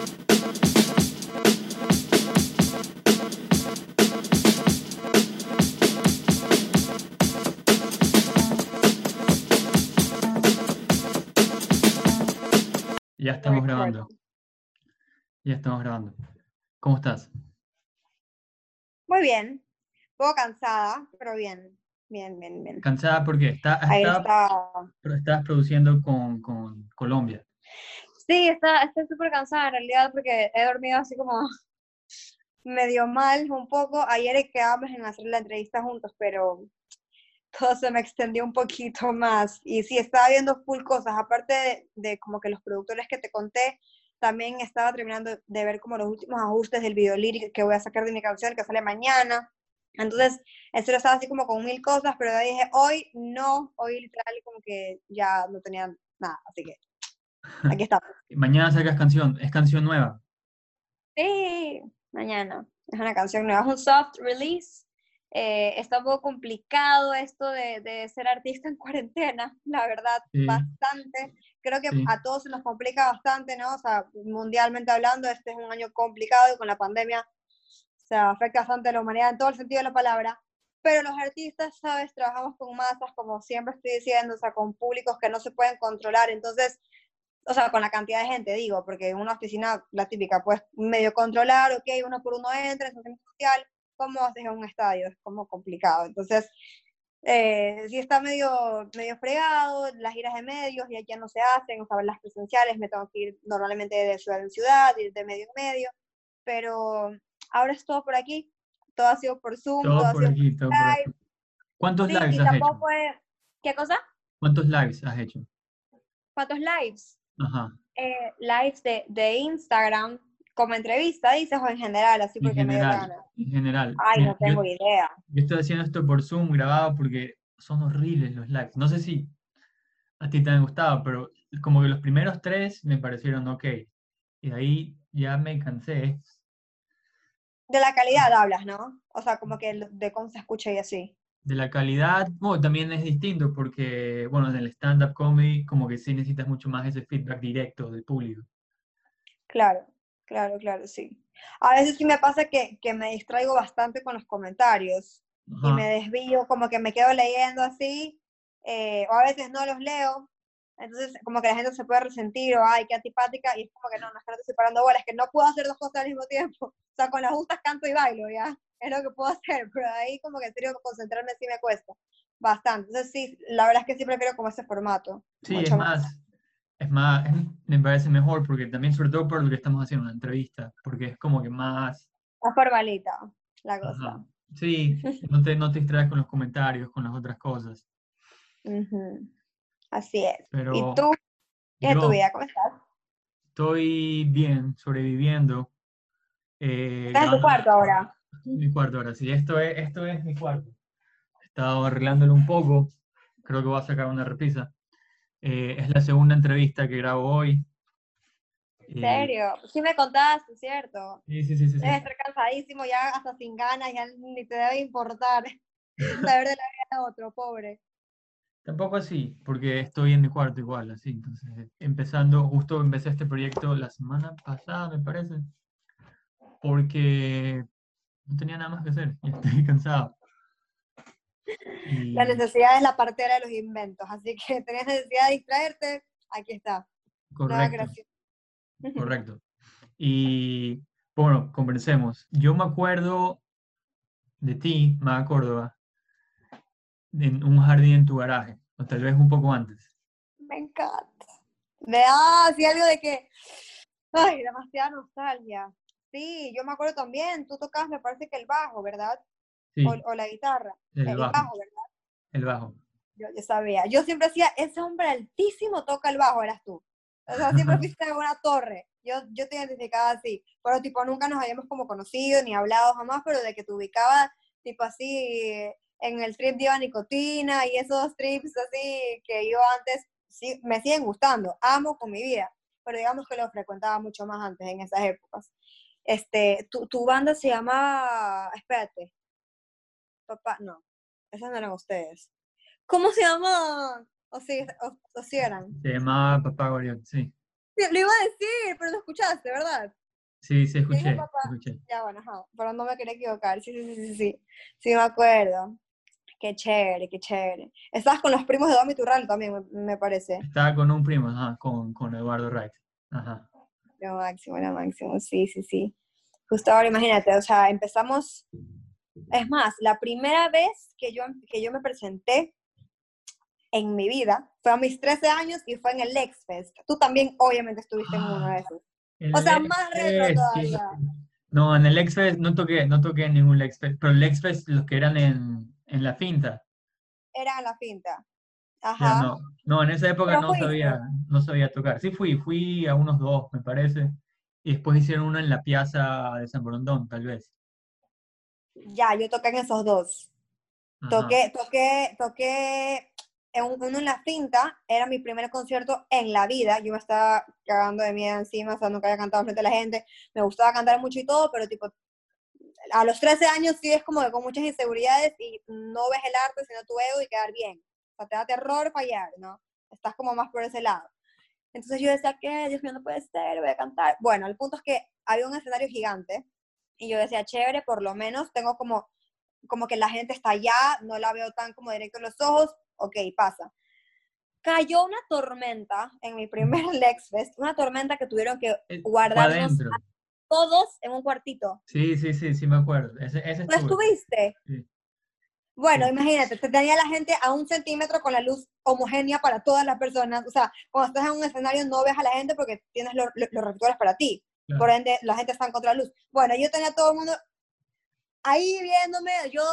Ya estamos Record. grabando. Ya estamos grabando. ¿Cómo estás? Muy bien. Un poco cansada, pero bien. Bien, bien, bien. ¿Cansada porque Ahí está. estás produciendo con Colombia? Sí, estoy súper cansada en realidad porque he dormido así como medio mal un poco. Ayer quedamos en hacer la entrevista juntos, pero todo se me extendió un poquito más. Y sí, estaba viendo full cosas. Aparte de como que los productores que te conté, también estaba terminando de ver como los últimos ajustes del video lírico que voy a sacar de mi canción que sale mañana. Entonces, eso estaba así como con mil cosas, pero de ahí dije, hoy no, hoy literal como que ya no tenía nada, así que aquí está. Mañana sacas canción. ¿Es canción nueva? Sí, mañana. Es una canción nueva, es un soft release. Está un poco complicado esto de ser artista en cuarentena, la verdad, Sí, bastante. Creo que sí. a todos se nos complica bastante, ¿no? O sea, mundialmente hablando, este es un año complicado y con la pandemia se afecta bastante a la humanidad en todo el sentido de la palabra. Pero los artistas, ¿sabes? Trabajamos con masas, como siempre estoy diciendo, o sea, con públicos que no se pueden controlar. Entonces, o sea, con la cantidad de gente, digo, porque en una oficina, la típica, pues medio controlar, ok, uno por uno entra, es un centro social, ¿cómo haces en un estadio? Es como complicado. Entonces, sí está medio fregado, las giras de medios ya no se hacen, o sea, las presenciales me tengo que ir normalmente de ciudad en ciudad, ir de medio en medio, pero ahora es todo por aquí, todo ha sido por Zoom, todo Todo ha por sido por aquí, todo por aquí. Skype, ¿Cuántos sí, lives y has hecho? tampoco es, ¿qué cosa? ¿Cuántos lives has hecho? ¿Cuántos lives? Ajá. Lives de Instagram como entrevista, dices, o en general, así En porque me dio la general, gana. en general. Ay, Mira, no tengo idea. yo estoy haciendo esto por Zoom grabado porque son horribles los lives. No sé si a ti te han gustado, pero como que los primeros tres me parecieron ok. Y de ahí ya me cansé. De la calidad hablas, ¿no? O sea, como que de cómo se escucha y así. De la calidad, bueno, también es distinto porque, bueno, en el stand-up comedy como que sí necesitas mucho más ese feedback directo del público. Claro, claro, sí. A veces sí me pasa que me distraigo bastante con los comentarios y me Ajá. desvío, como que me quedo leyendo así, o a veces no los leo, entonces como que la gente se puede resentir o ay, qué antipática, y es como que no es que no te estoy parando bolas, es que no puedo hacer dos cosas al mismo tiempo. O sea, con las justas canto y bailo, ya, es lo que puedo hacer, pero ahí como que en serio concentrarme sí me cuesta bastante. Entonces sí, la verdad es que sí prefiero como ese formato, Sí, mucho más. me parece mejor porque también, sobre todo por lo que estamos haciendo, una entrevista, porque es como que más, Más formalita la ajá. cosa. Sí, no te distraes con los comentarios, con las otras cosas. Ujú, así es. ¿Y Pero tú? ¿Qué es de tu yo vida? ¿Cómo estás? estoy bien, sobreviviendo, ¿Estás en tu grabando cuarto ahora? en mi cuarto ahora. Sí, esto es mi cuarto. He estado arreglándolo un poco, creo que voy a sacar una repisa. Es la segunda entrevista que grabo hoy. ¿En Y, serio? Sí me contaste, ¿cierto? sí, sí, sí, sí, Debes sí. estar cansadísimo, ya hasta sin ganas, ya ni te debe importar saber de la vida de otro, pobre. Tampoco así, porque estoy en mi cuarto igual, así. Entonces, empezando, justo empecé este proyecto la semana pasada, me parece, porque no tenía nada más que hacer y estoy cansado. La Y necesidad es la partera de los inventos, así que tenías necesidad de distraerte, aquí está. Nueva correcto, creación. correcto. Y bueno, conversemos. Yo me acuerdo de ti, me acuerdo, en un jardín en tu garaje, o tal vez un poco antes. Me encanta. Sí, algo de que, ay, demasiada nostalgia. Sí, yo me acuerdo también, tú tocabas, me parece que el bajo, ¿verdad? Sí, O la guitarra, el el bajo, bajo, ¿verdad? el bajo. Yo sabía. Yo siempre decía, ese hombre altísimo toca el bajo, eras tú. O sea, siempre fuiste una torre. Yo te identificaba así. Pero tipo, nunca nos habíamos como conocido ni hablado jamás, pero de que te ubicaba tipo así en el trip de Iba Nicotina y esos trips así que yo antes, sí, me siguen gustando. Amo con mi vida. Pero digamos que lo frecuentaba mucho más antes, en esas épocas. Tu banda se llama, espérate, papá, no, esas no eran ustedes. ¿Cómo se llama? O sí eran. Se llamaba Papá Goriot, sí. Lo iba a decir, pero lo escuchaste, ¿verdad? Sí, sí, ¿Qué dijo escuché, papá? escuché. Ya, bueno, ajá, pero no me quería equivocar. Sí, sí, sí, sí, sí. Sí, me acuerdo. Qué chévere, qué chévere. Estabas con los primos de Domi Turral también, me parece. Estaba con un primo, ajá, con Eduardo Wright. Ajá. Lo máximo, sí, sí, sí. Justo ahora imagínate, o sea, empezamos, es más, la primera vez que yo me presenté en mi vida fue a mis 13 años y fue en el Lexfest. Tú también obviamente estuviste en uno Ah, de esos. O el sea, más retro Lexfest, sí. todavía. No, en el Lexfest no toqué en ningún Lexfest, pero el Lexfest, los que eran en la finta, Era en la finta. ya Ajá. no, en esa época Pero fuiste. no sabía tocar. Sí fui a unos dos, me parece, y después hicieron uno en la Piazza de San Borondón, tal vez. Ya, yo toqué en esos dos. Ajá, Toqué uno en la finta, era mi primer concierto en la vida, yo me estaba cagando de miedo encima, o sea, nunca había cantado frente a la gente, me gustaba cantar mucho y todo, pero tipo, a los 13 años sí es como que con muchas inseguridades y no ves el arte sino tu ego y quedar bien, o sea, te da terror fallar, ¿no? Estás como más por ese lado. Entonces yo decía, ¿qué? Dios mío, no puede ser, voy a cantar. Bueno, el punto es que había un escenario gigante y yo decía, chévere, por lo menos tengo como que la gente está allá, no la veo tan como directo en los ojos, ok, pasa. Cayó una tormenta en mi primer Lexfest, una tormenta que tuvieron que fue guardarnos a adentro. todos en un cuartito. Sí, me acuerdo. Ese ¿No estuve. estuviste? Sí, Bueno, sí, imagínate, te tenía la gente a 1 centímetro con la luz homogénea para todas las personas. O sea, cuando estás en un escenario no ves a la gente porque tienes los reflectores para ti. Por claro. ende, la gente está en contra de la luz. Bueno, yo tenía a todo el mundo ahí viéndome,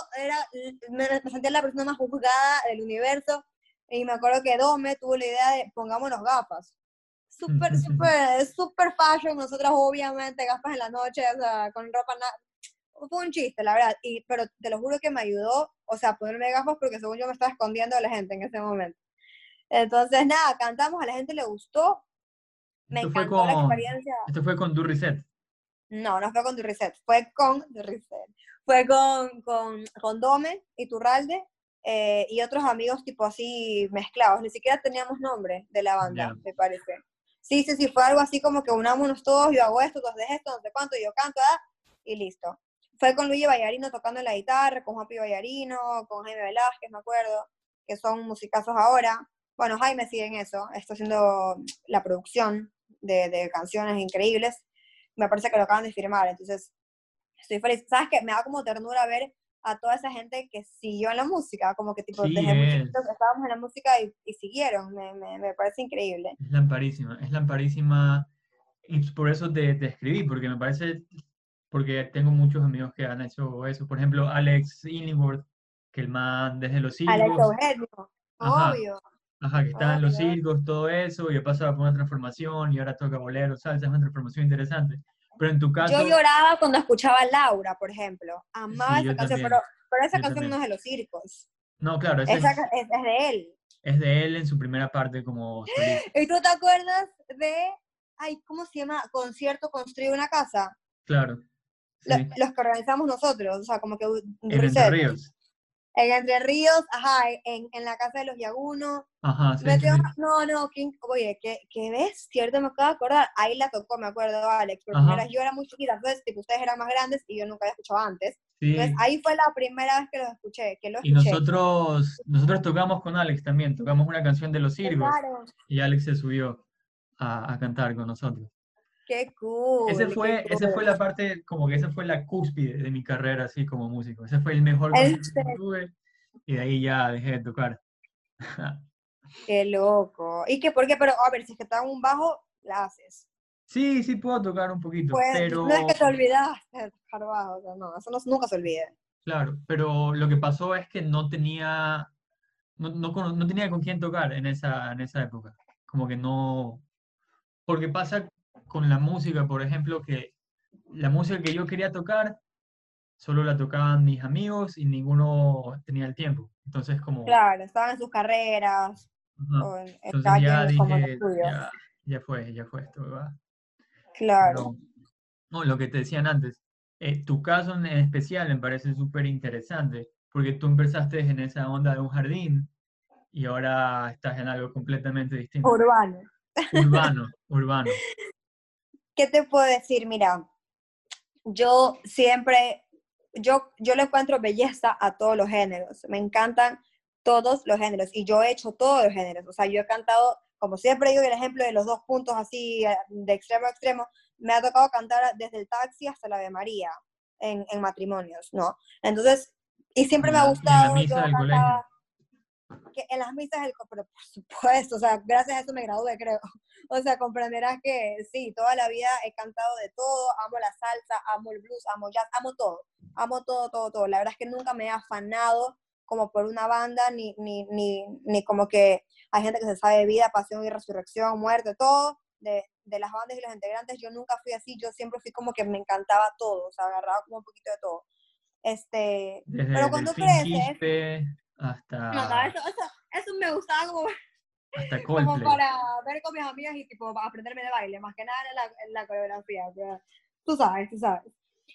me sentía la persona más juzgada del universo y me acuerdo que Dome tuvo la idea de pongámonos gafas. Súper, súper, súper fashion, nosotras obviamente gafas en la noche, o sea, con ropa, fue un chiste, la verdad, pero te lo juro que me ayudó, o sea, ponerme gafas porque según yo me estaba escondiendo de la gente en ese momento. Entonces, nada, cantamos, a la gente le gustó, me Esto fue encantó la con, experiencia. esto fue con Do Reset. No, no fue con The Reset, fue con The Reset. Fue con Dome, Iturralde, y otros amigos tipo así mezclados. Ni siquiera teníamos nombre de la banda, Ya. me parece. Sí, sí, sí, fue algo así como que unámonos todos, yo hago esto, tú haces esto, no sé cuánto, yo canto, y listo. Fue con Luigi Ballarino tocando la guitarra, con Juanpi Ballarino, con Jaime Velázquez, me acuerdo, que son musicazos ahora. Bueno, Jaime sigue en eso, está haciendo la producción de canciones increíbles, me parece que lo acaban de firmar, entonces estoy feliz. ¿Sabes qué? Me da como ternura ver a toda esa gente que siguió en la música, como que tipo Sí, desde muy chiquitos estábamos en la música y siguieron, me parece increíble. es lamparísima. Y por eso te escribí, porque me parece, porque tengo muchos amigos que han hecho eso. Por ejemplo, Alex Illingworth, que el man desde los Alex circos, Eugenio, ajá, obvio, ajá, que estaba en los obvio. circos, todo eso, y ha pasado por una transformación, y ahora toca bolero, salsa, es una transformación interesante. Pero en tu Yo caso, lloraba cuando escuchaba a Laura, por ejemplo. Amaba sí, esa canción, pero esa yo canción no también. es de los circos. No, claro, Es de él. es de él en su primera parte como solista. ¿Y tú te acuerdas de, ay, ¿cómo se llama? Concierto Construye una casa? Claro, sí. Los que organizamos nosotros, o sea, como que En Entre reset. Ríos. En Entre Ríos, ajá, en la casa de los Yaguno. Ajá, sí, sí, Metió, sí. no, oye, ¿qué ves? Cierto, me acabo de acordar. Ahí la tocó, me acuerdo, Alex. Por primera Ajá, vez, yo era muy chiquita, entonces, tipo, ustedes eran más grandes y yo nunca había escuchado antes. Entonces, sí. ahí fue la primera vez que lo escuché, Y escuché. nosotros tocamos con Alex también, tocamos una canción de los circos Claro. y Alex se subió a cantar con nosotros. Qué cool, qué Ese cool. fue la parte, como que esa fue la cúspide de mi carrera así como músico. Ese fue el mejor concierto que Este, tuve y de ahí ya dejé de tocar. qué loco. ¿Y qué? ¿Por qué? Pero, a ver, si es que te dan un bajo, la haces. Sí, sí puedo tocar un poquito, Pues, no es pero que te olvidaste de tocar bajo, o sea, no, eso nunca se olvida. claro, pero lo que pasó es que no tenía con quién tocar en esa época. Como que no, porque pasa con la música, por ejemplo, que la música que yo quería tocar solo la tocaban mis amigos y ninguno tenía el tiempo. Entonces, como, Claro, estaban en sus carreras, ajá. o Entonces cada ya quien como en los dije, suyos. ya fue esto, ¿verdad? Claro. Pero, no, lo que te decían antes, tu caso en especial me parece súper interesante, porque tú empezaste en esa onda de un jardín y ahora estás en algo completamente distinto. Urbano. Urbano, urbano. ¿Qué te puedo decir? Mira, yo siempre, yo le encuentro belleza a todos los géneros. Me encantan todos los géneros y yo he hecho todos los géneros. O sea, yo he cantado, como siempre digo, el ejemplo de los dos puntos así, de extremo a extremo, me ha tocado cantar desde el taxi hasta la Ave María en matrimonios, ¿no? Entonces, y siempre me ha Y en la gustado, misa yo del colegio. cantaba que en las misas del pero por supuesto, o sea, gracias a eso me gradué, creo. O sea, comprenderás que sí, toda la vida he cantado de todo, amo la salsa, amo el blues, amo jazz, amo todo, todo, todo. La verdad es que nunca me he afanado como por una banda, ni como que hay gente que se sabe de vida, pasión y resurrección, muerte, todo, de las bandas y los integrantes, yo nunca fui así, yo siempre fui como que me encantaba todo, o sea, agarraba como un poquito de todo. Pero Desde cuando Delfín creces, Quispe no, no, hasta, eso me gustaba como hasta como Coldplay. para ver con mis amigas y tipo aprenderme de baile, más que nada en la coreografía, pero tú sabes, tú sabes.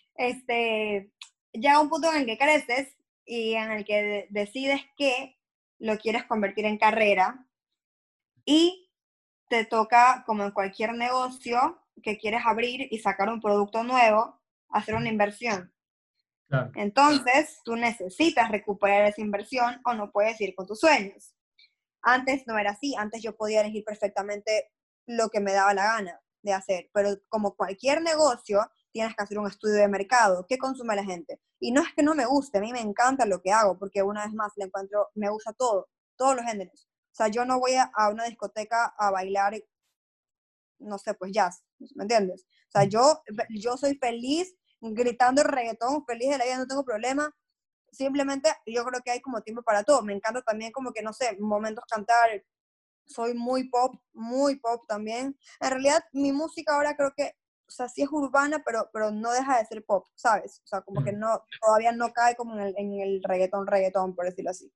Llega un punto en el que creces y en el que decides que lo quieres convertir en carrera y te toca, como en cualquier negocio que quieres abrir y sacar un producto nuevo, hacer una inversión. Claro, Entonces, tú necesitas recuperar esa inversión o no puedes ir con tus sueños. Antes no era así, antes yo podía elegir perfectamente lo que me daba la gana de hacer, pero como cualquier negocio, tienes que hacer un estudio de mercado, qué consume la gente. Y no es que no me guste, a mí me encanta lo que hago, porque una vez más le encuentro, me gusta todo, todos los géneros. O sea, yo no voy a una discoteca a bailar, no sé, pues jazz, ¿me entiendes? O sea, yo soy feliz gritando reggaetón, feliz de la vida, no tengo problema, simplemente yo creo que hay como tiempo para todo. Me encanta también como que, no sé, momentos cantar, soy muy pop también. En realidad mi música ahora creo que, o sea, sí es urbana, pero no deja de ser pop, ¿sabes? O sea, como que claro. no, todavía no cae como en el reggaetón, por decirlo así.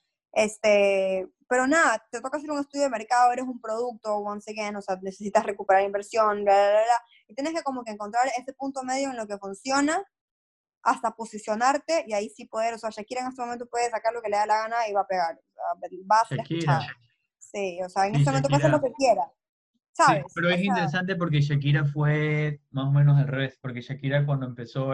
Pero nada, te toca hacer un estudio de mercado, eres un producto, once again, o sea, necesitas recuperar inversión, bla, bla, bla, bla, y tienes que como que encontrar ese punto medio en lo que funciona hasta posicionarte y ahí sí poder, o sea, Shakira en este momento puede sacar lo que le da la gana y va a pegar, o sea, va a ser escuchada. Shakira, Sí, o sea, en sí, este momento puede hacer lo Shakira. que quiera, Sí, ¿sabes? pero O es sea, interesante porque Shakira fue más o menos al revés, porque Shakira cuando empezó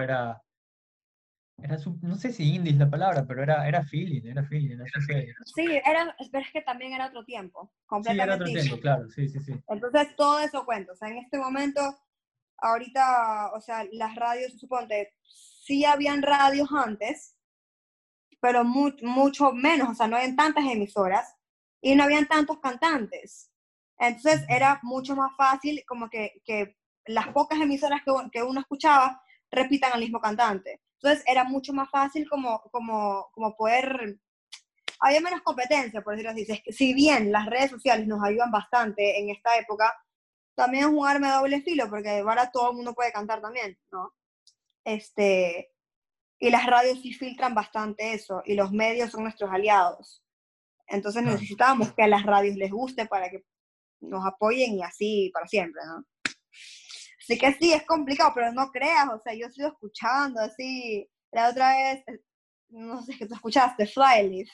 no sé si indie es la palabra, pero era feeling, así fue. sí, pero es que también era otro tiempo, Sí, era completamente otro tiempo, distinto. claro, sí, sí, sí. Entonces, todo eso cuenta, o sea, en este momento, ahorita, o sea, las radios, suponte, sí habían radios antes, pero mucho menos, o sea, no habían tantas emisoras y no habían tantos cantantes. Entonces Ujú. era mucho más fácil como que las pocas emisoras que uno escuchaba repitan al mismo cantante. Entonces era mucho más fácil como poder, había menos competencia, por decirlo así. Si bien las redes sociales nos ayudan bastante en esta época, también es un arma de doble filo, porque ahora todo el mundo puede cantar también, ¿no? Este, y las radios sí filtran bastante eso, y los medios son nuestros aliados. Entonces Claro. necesitamos que a las radios les guste para que nos apoyen y así para siempre, ¿no? Así que sí, es complicado, pero no creas, o sea, yo sigo escuchando así. La otra vez, no sé, que tú escuchaste, Flyleaf,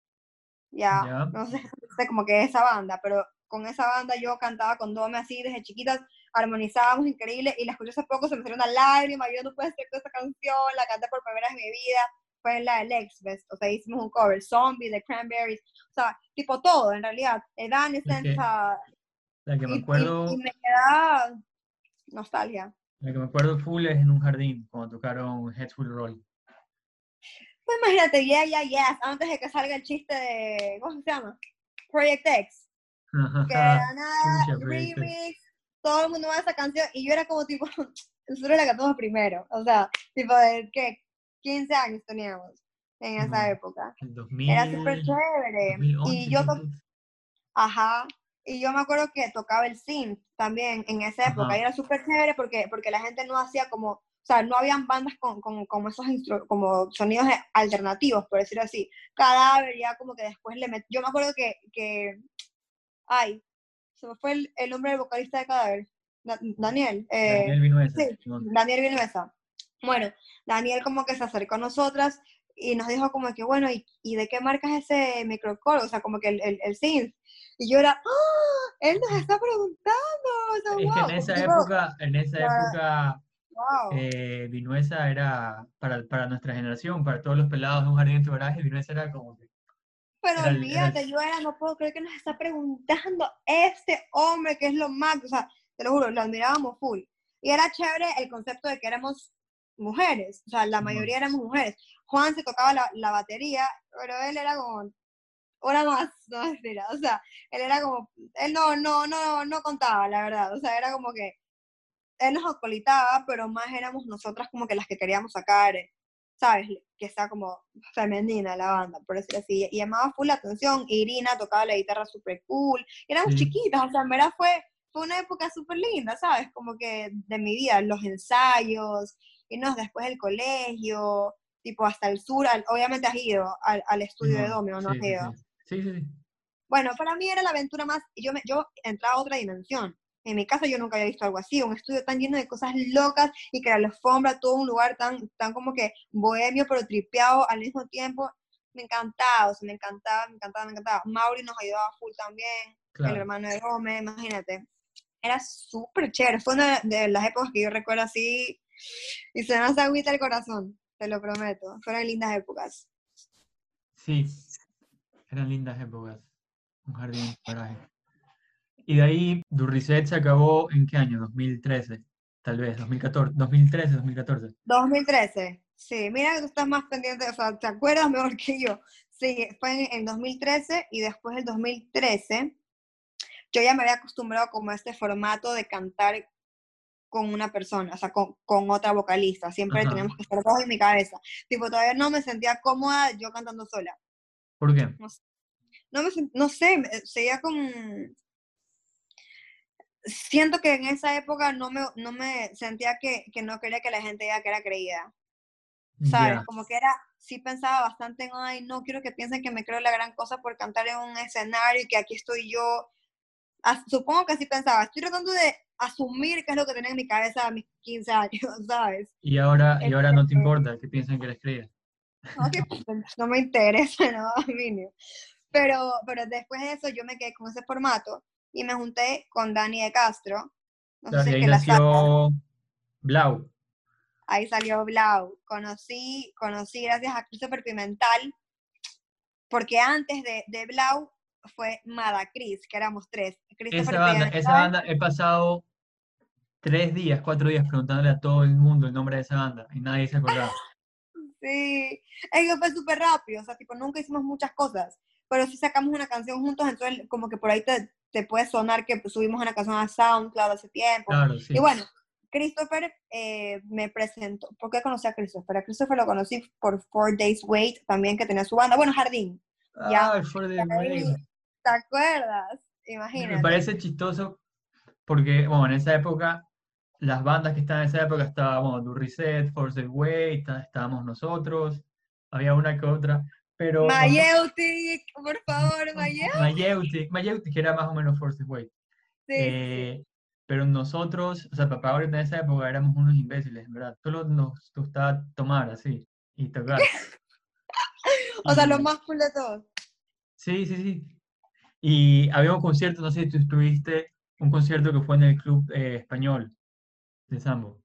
ya, Ya, no sé, como que esa banda, pero con esa banda yo cantaba con Dome así desde chiquitas, armonizábamos increíble y la escuché hace poco, se me salió una lágrima, yo no puedo hacer con esa canción, la canté por primera vez en mi vida, fue en la del X-Fest, o sea, hicimos un cover, Zombie, de Cranberries, o sea, tipo todo en realidad, el Evanescence, que, la que me y acuerdo, me queda nostalgia. la que me acuerdo full es en un jardín, cuando tocaron Heads Will Roll. Pues imagínate, yeah, yeah, yes, antes de que salga el chiste de, ¿cómo se llama? Project X, que de la nada, Chucha, proyecto. remix, todo el mundo va a esa canción, y yo era como tipo, nosotros la cantamos primero, o sea, tipo de, ¿qué? 15 años teníamos en esa No, época. el Era súper 2000, chévere, 2011, ponte. ajá, y yo me acuerdo que tocaba el synth también en esa época, y Ajá, era súper chévere porque la gente no hacía como, o sea, no habían bandas como esos como sonidos alternativos, por decirlo así. Cadáver ya como que después yo me acuerdo ay, se me fue el nombre del vocalista de Cadáver, Daniel, Daniel Vinuesa. sí, Simón. Daniel Vinuesa. Bueno, Daniel como que se acercó a nosotras y nos dijo como que, bueno, ¿y de qué marca es ese microcolor? O sea, como que el synth. Y yo era, ¡ah! Él nos está preguntando, o sea, Es que wow, porque tipo, en esa la- época, wow. Vinuesa era, para nuestra generación, para todos los pelados de un jardín en tu garaje, Vinuesa era como que, Pero era olvídate, yo era, no puedo creer que nos está preguntando este hombre que es lo más, o sea, te lo juro, lo admirábamos full. Y era chévere el concepto de que éramos mujeres, o sea, la Simón. mayoría éramos mujeres. Juan se tocaba la batería, pero él era como una más, no mentira, o sea, él era como, él no contaba, la verdad, o sea, era como que él nos acolitaba, pero más éramos nosotras como que las que queríamos sacar, ¿sabes? Que sea como femenina la banda, por decirlo así. Y llamaba full la atención. Irina tocaba la guitarra súper cool. Éramos Sí, chiquitas, o sea, en verdad fue una época súper linda, ¿sabes? Como que de mi vida, los ensayos, irnos después del colegio, tipo hasta el sur. Obviamente has ido al estudio de Simón, Domino, ¿no has sí, sí, sí. ido? Sí, sí, sí. Bueno, para mí era la aventura más, yo entraba a otra dimensión. En mi casa yo nunca había visto algo así, un estudio tan lleno de cosas locas y que la alfombra, todo un lugar tan como que bohemio, pero tripeado al mismo tiempo. Me encantaba, o sea, me encantaba. Mauri nos ayudaba full también, el Claro. hermano de Gómez, imagínate. Era súper chévere, fue una de las épocas que yo recuerdo así y se me hace agüita el corazón, te lo prometo. Fueron lindas épocas. Sí, eran lindas épocas. Un jardín en tu garaje. Y de ahí, Durriset se acabó ¿en qué año? 2013, tal vez, 2014, 2013, 2014. 2013, sí, mira que tú estás más pendiente, o sea, te acuerdas mejor que yo. Sí, fue en 2013 y después del 2013 yo ya me había acostumbrado como a este formato de cantar con una persona, o sea, con otra vocalista. Siempre Ajá. teníamos que estar dos en mi cabeza. Tipo, todavía no me sentía cómoda yo cantando sola. ¿Por qué? No, no sé, seguía con... Siento que en esa época no me sentía que no quería que la gente diga que era creída. ¿Sabes? Ya, Como que era, sí pensaba bastante en, ay, no quiero que piensen que me creo la gran cosa por cantar en un escenario y que aquí estoy yo. Supongo que sí pensaba, estoy tratando de asumir qué es lo que tenía en mi cabeza a mis 15 años, ¿sabes? y ahora Este, no te importa que piensen que eres creída. no, que no me interesa, no, mínimo. Pero después de eso yo me quedé con ese formato y me junté con Dani de Castro, no sé Claro, si y es ahí que la saca, nació Blau. ahí salió Blau, conocí gracias a Christopher Pimental, porque antes de Blau fue Madacris, que éramos tres. Christopher Esa Pimentel, banda, he pasado 3 días, 4 días preguntándole a todo el mundo el nombre de esa banda y nadie se acordaba. sí, es que fue súper rápido, o sea, tipo, nunca hicimos muchas cosas, pero sí sacamos una canción juntos, entonces como que por ahí te puede sonar que pues, subimos una canción a SoundCloud hace tiempo. Claro, Y sí. bueno, Christopher me presentó, ¿por qué conocí a Christopher? A Christopher lo conocí por 4 Days Wait, también que tenía su banda, bueno, Jardín, ¿ya? Ah, For the Ahí, Rain. ¿te acuerdas? Me Imagínate. parece chistoso porque, bueno, en esa época, las bandas que estaban en esa época estábamos Durriset, Force Way, estábamos nosotros, había una que otra, pero nosotros, Mayeutic, por favor, Mayeutic. Mayeutic era más o menos Force Way. Sí, sí, sí. Pero nosotros, o sea, papá ahorita en esa época éramos unos imbéciles, en verdad. Solo nos gustaba tomar así y tocar. O sea, lo Y más cool de todo. sí, sí, sí. Y había un concierto, no sé si tú estuviste, un concierto que fue en el Club Español de Sambo,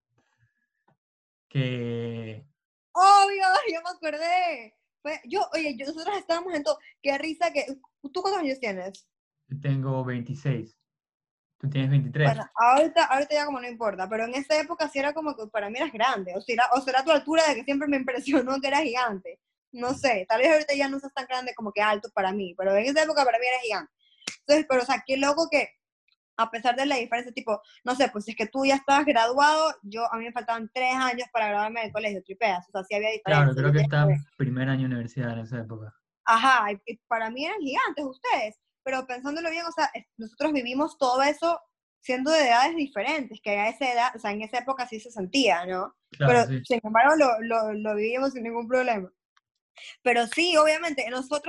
que Obvio, yo me acordé. Oye, nosotros estábamos en todo. Qué risa que. ¿Tú cuántos años tienes? tengo 26, tú tienes 23. Bueno, ahorita ya como no importa, pero en esa época sí era como que para mí eras grande. O será tu altura de que siempre me impresionó que eras gigante. No sé, tal vez ahorita ya no seas tan grande como que alto para mí, pero en esa época para mí eras gigante. Entonces, pero o sea, qué loco que a pesar de la diferencia, tipo, no sé, pues si es que tú ya estabas graduado, a mí me faltaban 3 años para graduarme del colegio, tripeas, o sea, sí había Claro, diferencia. creo Yo que tenía estaba que, en primer año de universidad en esa época. ajá, y para mí eran gigantes ustedes, pero pensándolo bien, o sea, nosotros vivimos todo eso siendo de edades diferentes, que a esa edad, o sea, en esa época sí se sentía, ¿no? Claro, Pero sí. sin embargo lo vivimos sin ningún problema. Pero sí, obviamente,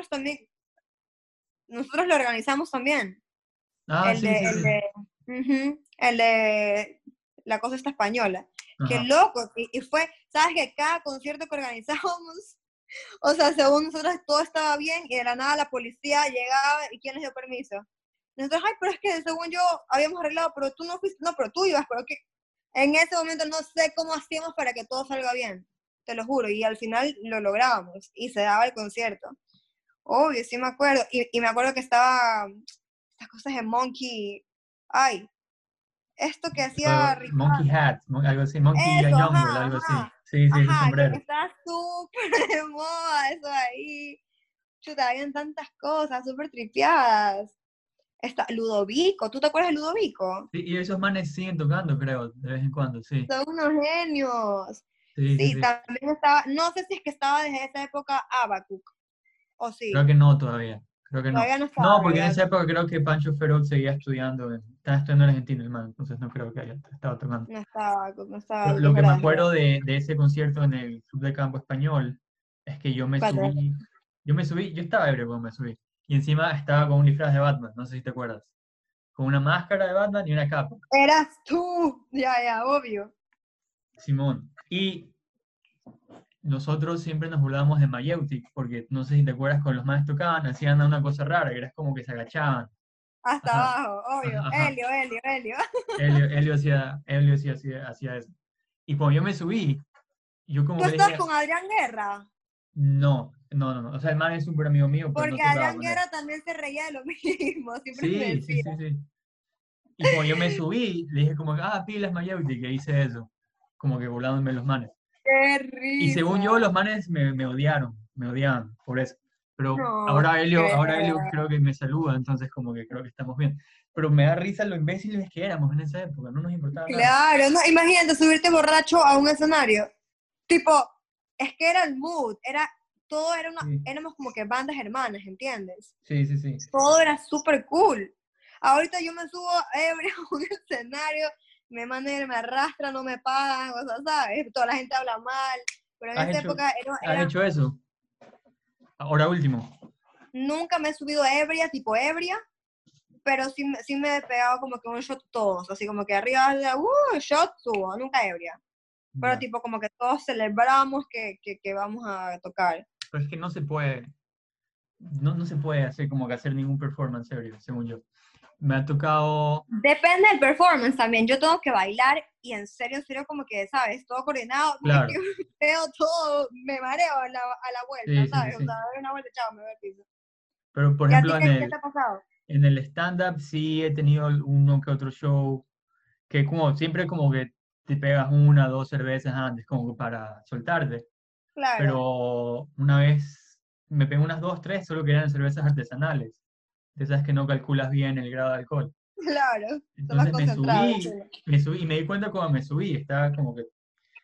nosotros lo organizamos también. Ah, El sí, de, sí, el sí. de, el de la cosa está española. Qué Ajá. loco. Y fue, ¿sabes que cada concierto que organizábamos, O sea, según nosotros todo estaba bien y de la nada la policía llegaba y ¿quién les dio permiso? Nosotros, ay, pero es que según yo habíamos arreglado, pero tú no fuiste, no, pero tú ibas, pero que en ese momento no sé cómo hacíamos para que todo salga bien, te lo juro, y al final lo lográbamos y se daba el concierto. Obvio, sí me acuerdo, y me acuerdo que estaba estas cosas de Monkey, ay, esto que hacía Monkey Ricardo, Hat, algo así, Monkey eso, Jungle, ajá, algo así. ajá, Sí, sí, ese ajá, que sombrero. está súper de moda eso ahí. Chuta, habían tantas cosas súper tripeadas. Está Ludovico, ¿tú te acuerdas de Ludovico? Sí, y esos manes siguen tocando, creo, de vez en cuando, sí. Son unos genios. Sí, sí, Sí, sí. también estaba, no sé si es que estaba desde esa época Abacuc, o Creo sí, que no todavía. Creo que no. todavía no No, estaba, porque en ¿verdad? esa época creo que Pancho Feroz seguía estudiando, estaba estudiando en Argentina, hermano, entonces no creo que haya estado tocando. No estaba Abacuc, no estaba Pero Abacuc, es lo que me verdad, es verdad. acuerdo de ese concierto en el Club de Campo Español es que Cuatro. yo estaba ebrio cuando me subí. Y encima estaba con un disfraz de Batman, no sé si te acuerdas. Con una máscara de Batman y una capa. Eras tú, ya, obvio. Simón. Y nosotros siempre nos burlábamos de Mayeutic, porque no sé si te acuerdas, con los manes tocaban, hacían una cosa rara, que era como que se agachaban. Hasta Ajá, abajo, obvio. ajá, ajá. Helio. Helio sí hacía eso. Y cuando yo me subí, yo como ¿Tú que estás dije, con Adrián Guerra? no. O sea, el man es súper amigo mío, pero no Porque tocaba Adrián con él. Guerra también se reía de lo mismo, siempre me Sí, sí, decía. sí, sí. Y cuando yo me subí, le dije como, pilas Mayeutic, que hice eso. Como que burlándome de los manes. ¡Qué Y según yo, risa! los manes me odiaron, me odiaban por eso. Pero No Ahora Helio creo. creo que me saluda, entonces como que creo que estamos bien. Pero me da risa lo imbéciles que éramos en esa época, no nos importaba nada. Claro, no, imagínate subirte borracho a un escenario. Tipo, es que era el mood, todo era Sí, éramos como que bandas hermanas, ¿entiendes? sí, sí, sí. Todo era súper cool. Ahorita yo me subo ebrio a un escenario, me arrastra, no me pagan, o sea, ¿sabes? Toda la gente habla mal, pero en ¿Has esa hecho, época has hecho eso? Ahora último. nunca me he subido ebria, tipo ebria, pero sí me he pegado como que un shot todos, así como que arriba, shot subo, nunca ebria. Pero Ya. tipo como que todos celebramos que vamos a tocar. Pero es que no se puede, no se puede hacer como que hacer ningún performance serio, según yo. Me ha tocado, Depende del performance también, yo tengo que bailar y en serio como que, ¿sabes? Todo coordinado, porque es que claro, veo todo, me mareo a la vuelta, sí, sí, sí, ¿sabes? O sí. sea, doy una vuelta, chao, me veo el piso. Pero por ¿Y a ejemplo ti qué te ha pasado? en el stand-up sí he tenido uno que otro show que como siempre como que te pegas una, dos cervezas antes como para soltarte. Claro, Pero una vez me pegué unas dos, tres, solo que eran cervezas artesanales. De esas que no calculas bien el grado de alcohol. claro, son más Entonces concentrados. me subí y me di cuenta cuando me subí, estaba como que...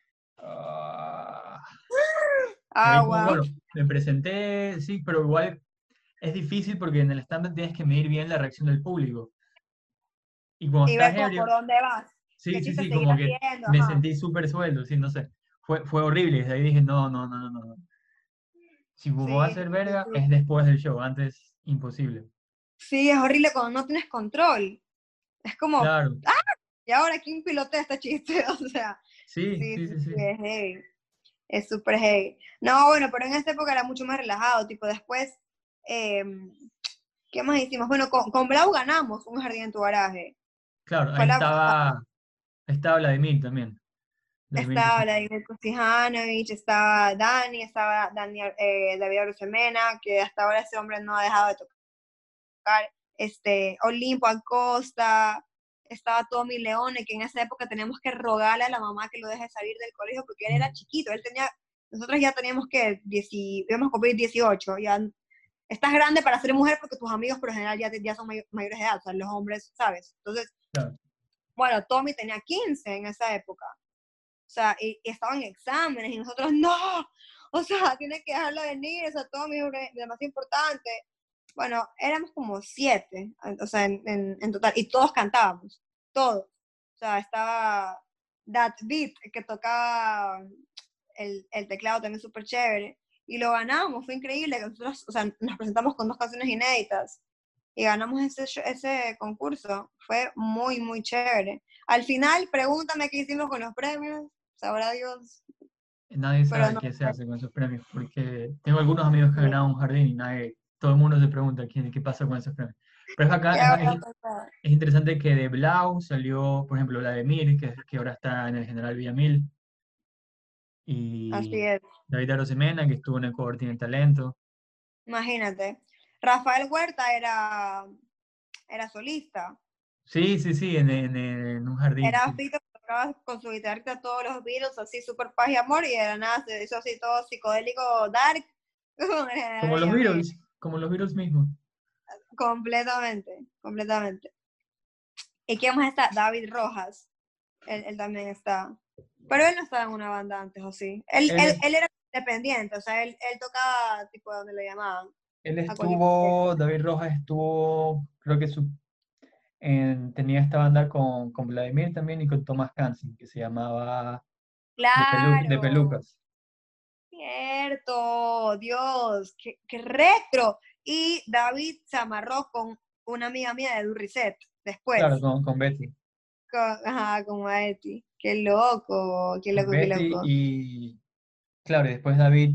ah. Y ahí como, Agua. bueno, me presenté, sí, pero igual es difícil porque en el stand-up tienes que medir bien la reacción del público. Y cuando Y estás ver como por ebrio, dónde vas. sí, ¿Qué sí, chiste sí, seguir como que haciendo? me Ajá. sentí súper sueldo, sí, no sé. Fue horrible. Desde ahí dije, no. Si me voy a Sí, hacer sí, verga, es sí. después del show, antes imposible. Sí, es horrible cuando no tienes control. Es como, Claro, ¿y ahora quién pilotea este chiste? O sea, sí, sí, sí, sí, sí, sí, sí. es heavy. Es súper heavy. No, bueno, pero en esa época era mucho más relajado. Tipo, después, eh, ¿qué más hicimos? Bueno, con Blau ganamos un jardín en tu garaje. Claro, Fue la, ahí estaba Vladimir también. Vladimir estaba Cosío. Vladimir Kusijanovic, estaba Dani, estaba Daniel, David Arusemena, que hasta ahora ese hombre no ha dejado de tocar. Olimpo Acosta, estaba Tommy Leone, que en esa época teníamos que rogarle a la mamá que lo deje salir del colegio porque él era chiquito, nosotros ya teníamos que, íbamos a cumplir 18, ya estás grande para ser mujer porque tus amigos por lo general ya son mayores de edad, o sea, los hombres, ¿sabes? Entonces, Claro. bueno, Tommy tenía 15 en esa época, o sea, y estaban en exámenes y nosotros, no, o sea, tienes que dejarlo venir, o sea, Tommy es demasiado importante. Bueno, éramos como 7, o sea, en total, y todos cantábamos, todos. O sea, estaba That Beat, que tocaba el teclado también súper chévere, y lo ganamos, fue increíble, que nosotros, o sea, nos presentamos con 2 canciones inéditas, y ganamos ese concurso, fue muy, muy chévere. Al final, pregúntame qué hicimos con los premios, sabrá Dios. nadie pero sabe no qué se sé. hace con esos premios, porque tengo algunos amigos que han ganado un jardín y nadie, todo el mundo se pregunta qué pasa con esos premios. Pero es ¿Qué acá, habrá pasado? es interesante que de Blau salió, por ejemplo, la de Mir, que ahora está en el General Villamil, Así y es, David Arosemena, que estuvo en Ecuador Tiene Talento. imagínate. Rafael Huerta era solista. Sí, sí, sí, en un jardín, Era sí. Fito que tocaba con su guitarrita todos los Beatles, así súper paz y amor, y de la nada se hizo así todo psicodélico, dark, con el General Villamil. Como los Beatles mismos. Completamente, completamente. ¿Y quién más está? David Rojas. Él también está. Pero él no estaba en una banda antes, ¿o sí? Él, Él, él, es- él era independiente, o sea, él tocaba tipo donde lo llamaban, él a cualquier parte. estuvo, David Rojas estuvo, creo que tenía esta banda con Vladimir también y con Thomas Kansin, que se llamaba de Claro, Pelucas. cierto, Dios, qué retro. Y David se amarró con una amiga mía de Durriset Claro, después, con Betty. ajá, con Maeti. Qué loco, qué Con loco, qué Betty loco. y, claro, y después David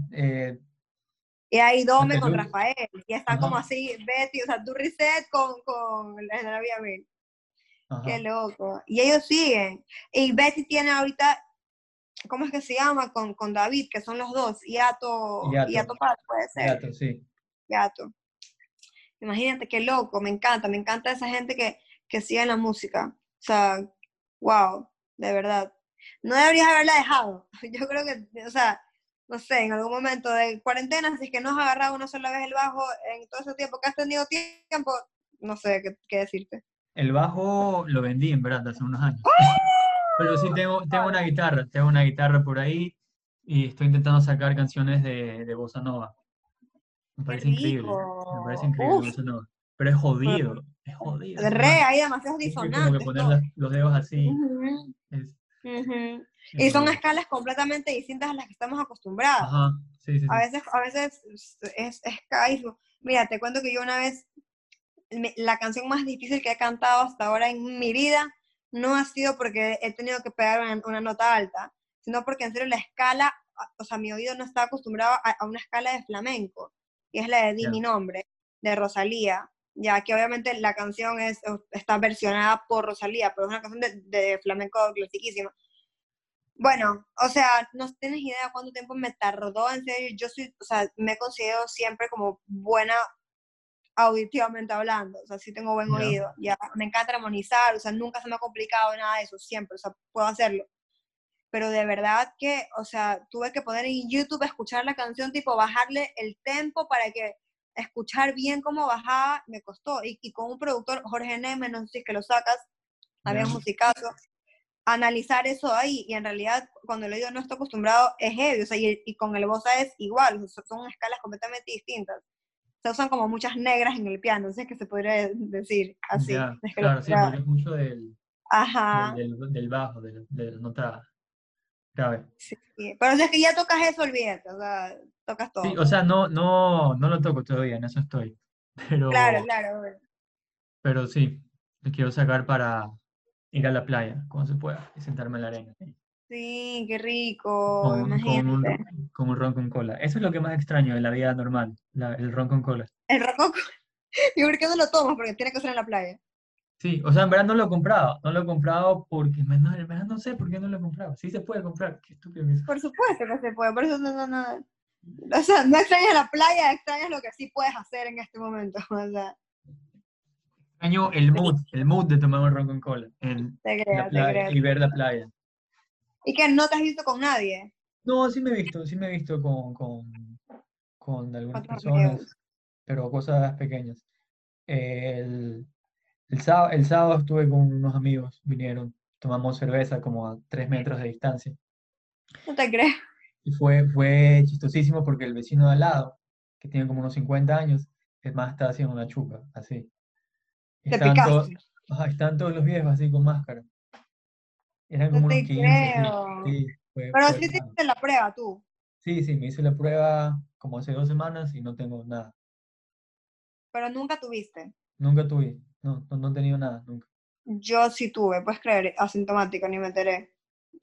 Y ahí de Dome con Pelucas. Rafael, y está como Ajá, así, Betty, o sea, Durriset con la General Villamil. Qué ajá. loco. Y ellos siguen. Y Betty tiene ahorita, ¿cómo es que se llama? Con David, que son los dos. Yato, Yato Paz, puede ser. Yato, sí. Yato. Imagínate qué loco, me encanta esa gente que sigue en la música. O sea, wow, de verdad. No deberías haberla dejado. Yo creo que, o sea, no sé, en algún momento de cuarentena, si es que no has agarrado una sola vez el bajo en todo ese tiempo que has tenido tiempo, no sé qué decirte. El bajo lo vendí en verdad hace unos años. Pero sí tengo una guitarra por ahí y estoy intentando sacar canciones de bossa nova. Qué rico. Me parece increíble Uf, bossa nova. Pero es jodido ese re, man. hay demasiados Tienes que como que disonantes, poner todo. los dedos así. Ujú, Es, ujú. es Y son jodido. escalas completamente distintas a las que estamos acostumbrados. Ajá, sí, sí, sí. A veces es caísmo. Mira, te cuento que yo una vez, la canción más difícil que he cantado hasta ahora en mi vida no ha sido porque he tenido que pegar una nota alta, sino porque en serio la escala, o sea, mi oído no está acostumbrado a una escala de flamenco, y es la de Di Ya, mi nombre, de Rosalía, ya que obviamente la canción está versionada por Rosalía, pero es una canción de flamenco clasiquísima. Bueno, o sea, no tienes idea cuánto tiempo me tardó, en serio, yo soy, o sea, me he considerado siempre como buena auditivamente hablando, o sea, sí tengo buen ya. oído, ya, me encanta armonizar, o sea, nunca se me ha complicado nada de eso, siempre, o sea, puedo hacerlo, pero de verdad que, o sea, tuve que poner en YouTube, escuchar la canción, tipo, bajarle el tempo para que escuchar bien cómo bajaba, me costó, y con un productor, Jorge Neme, no sé si es que lo sacas, había Ya. un musicazo, analizar eso ahí, y en realidad, cuando el oído no está acostumbrado, es heavy, o sea, y con el bossa es igual, o sea, son escalas completamente distintas, se usan como muchas negras en el piano, entonces que se podría decir así, Ya, es que lo claro, sí, porque podría- es mucho Ajá, del bajo, de la nota grave. sí, sí. Pero si es que ya tocas eso, olvídate, o sea, tocas Sí, todo. o sea, no lo toco todavía, en eso estoy. Claro, Pero, claro, bueno. pero sí, lo quiero sacar para ir a la playa, cuando se pueda, y sentarme en la arena. Sí, qué rico, Con, con imagínate. con un ron con cola. Eso es lo que más extraño de la vida normal, el ron con cola. El rococo, ¿y por qué no lo tomas? Porque tiene que ser en la playa. Sí, o sea, en verdad no lo he comprado porque, en verdad no sé por qué no lo he comprado. Sí se puede comprar, qué estúpido que es. Por supuesto que se puede, por eso no. O sea, no extrañas la playa, extrañas lo que sí puedes hacer en este momento. O sea, Extraño el mood de tomar un ron con cola en la te playa creo. y ver la playa. Y que no te has visto con nadie, No, sí me he visto con con algunas tus personas, amigos. pero cosas pequeñas. El, el sábado estuve con unos amigos, vinieron, tomamos cerveza como a 3 metros de distancia. No te creo. Y fue chistosísimo porque el vecino de al lado, que tiene como unos 50 años, es más, estaba haciendo una chupa, así. Te Estaban todos, picaste. ajá, estaban todos los viejos así con máscara. Eran No como unos te 15 sí, creo. sí, Pero fue sí te raro. hiciste la prueba tú. Sí, sí, me hice la prueba como hace 2 semanas y no tengo nada. Pero nunca tuviste. Nunca tuve, no he tenido nada, nunca. Yo sí tuve, puedes creer, asintomática, ni me enteré.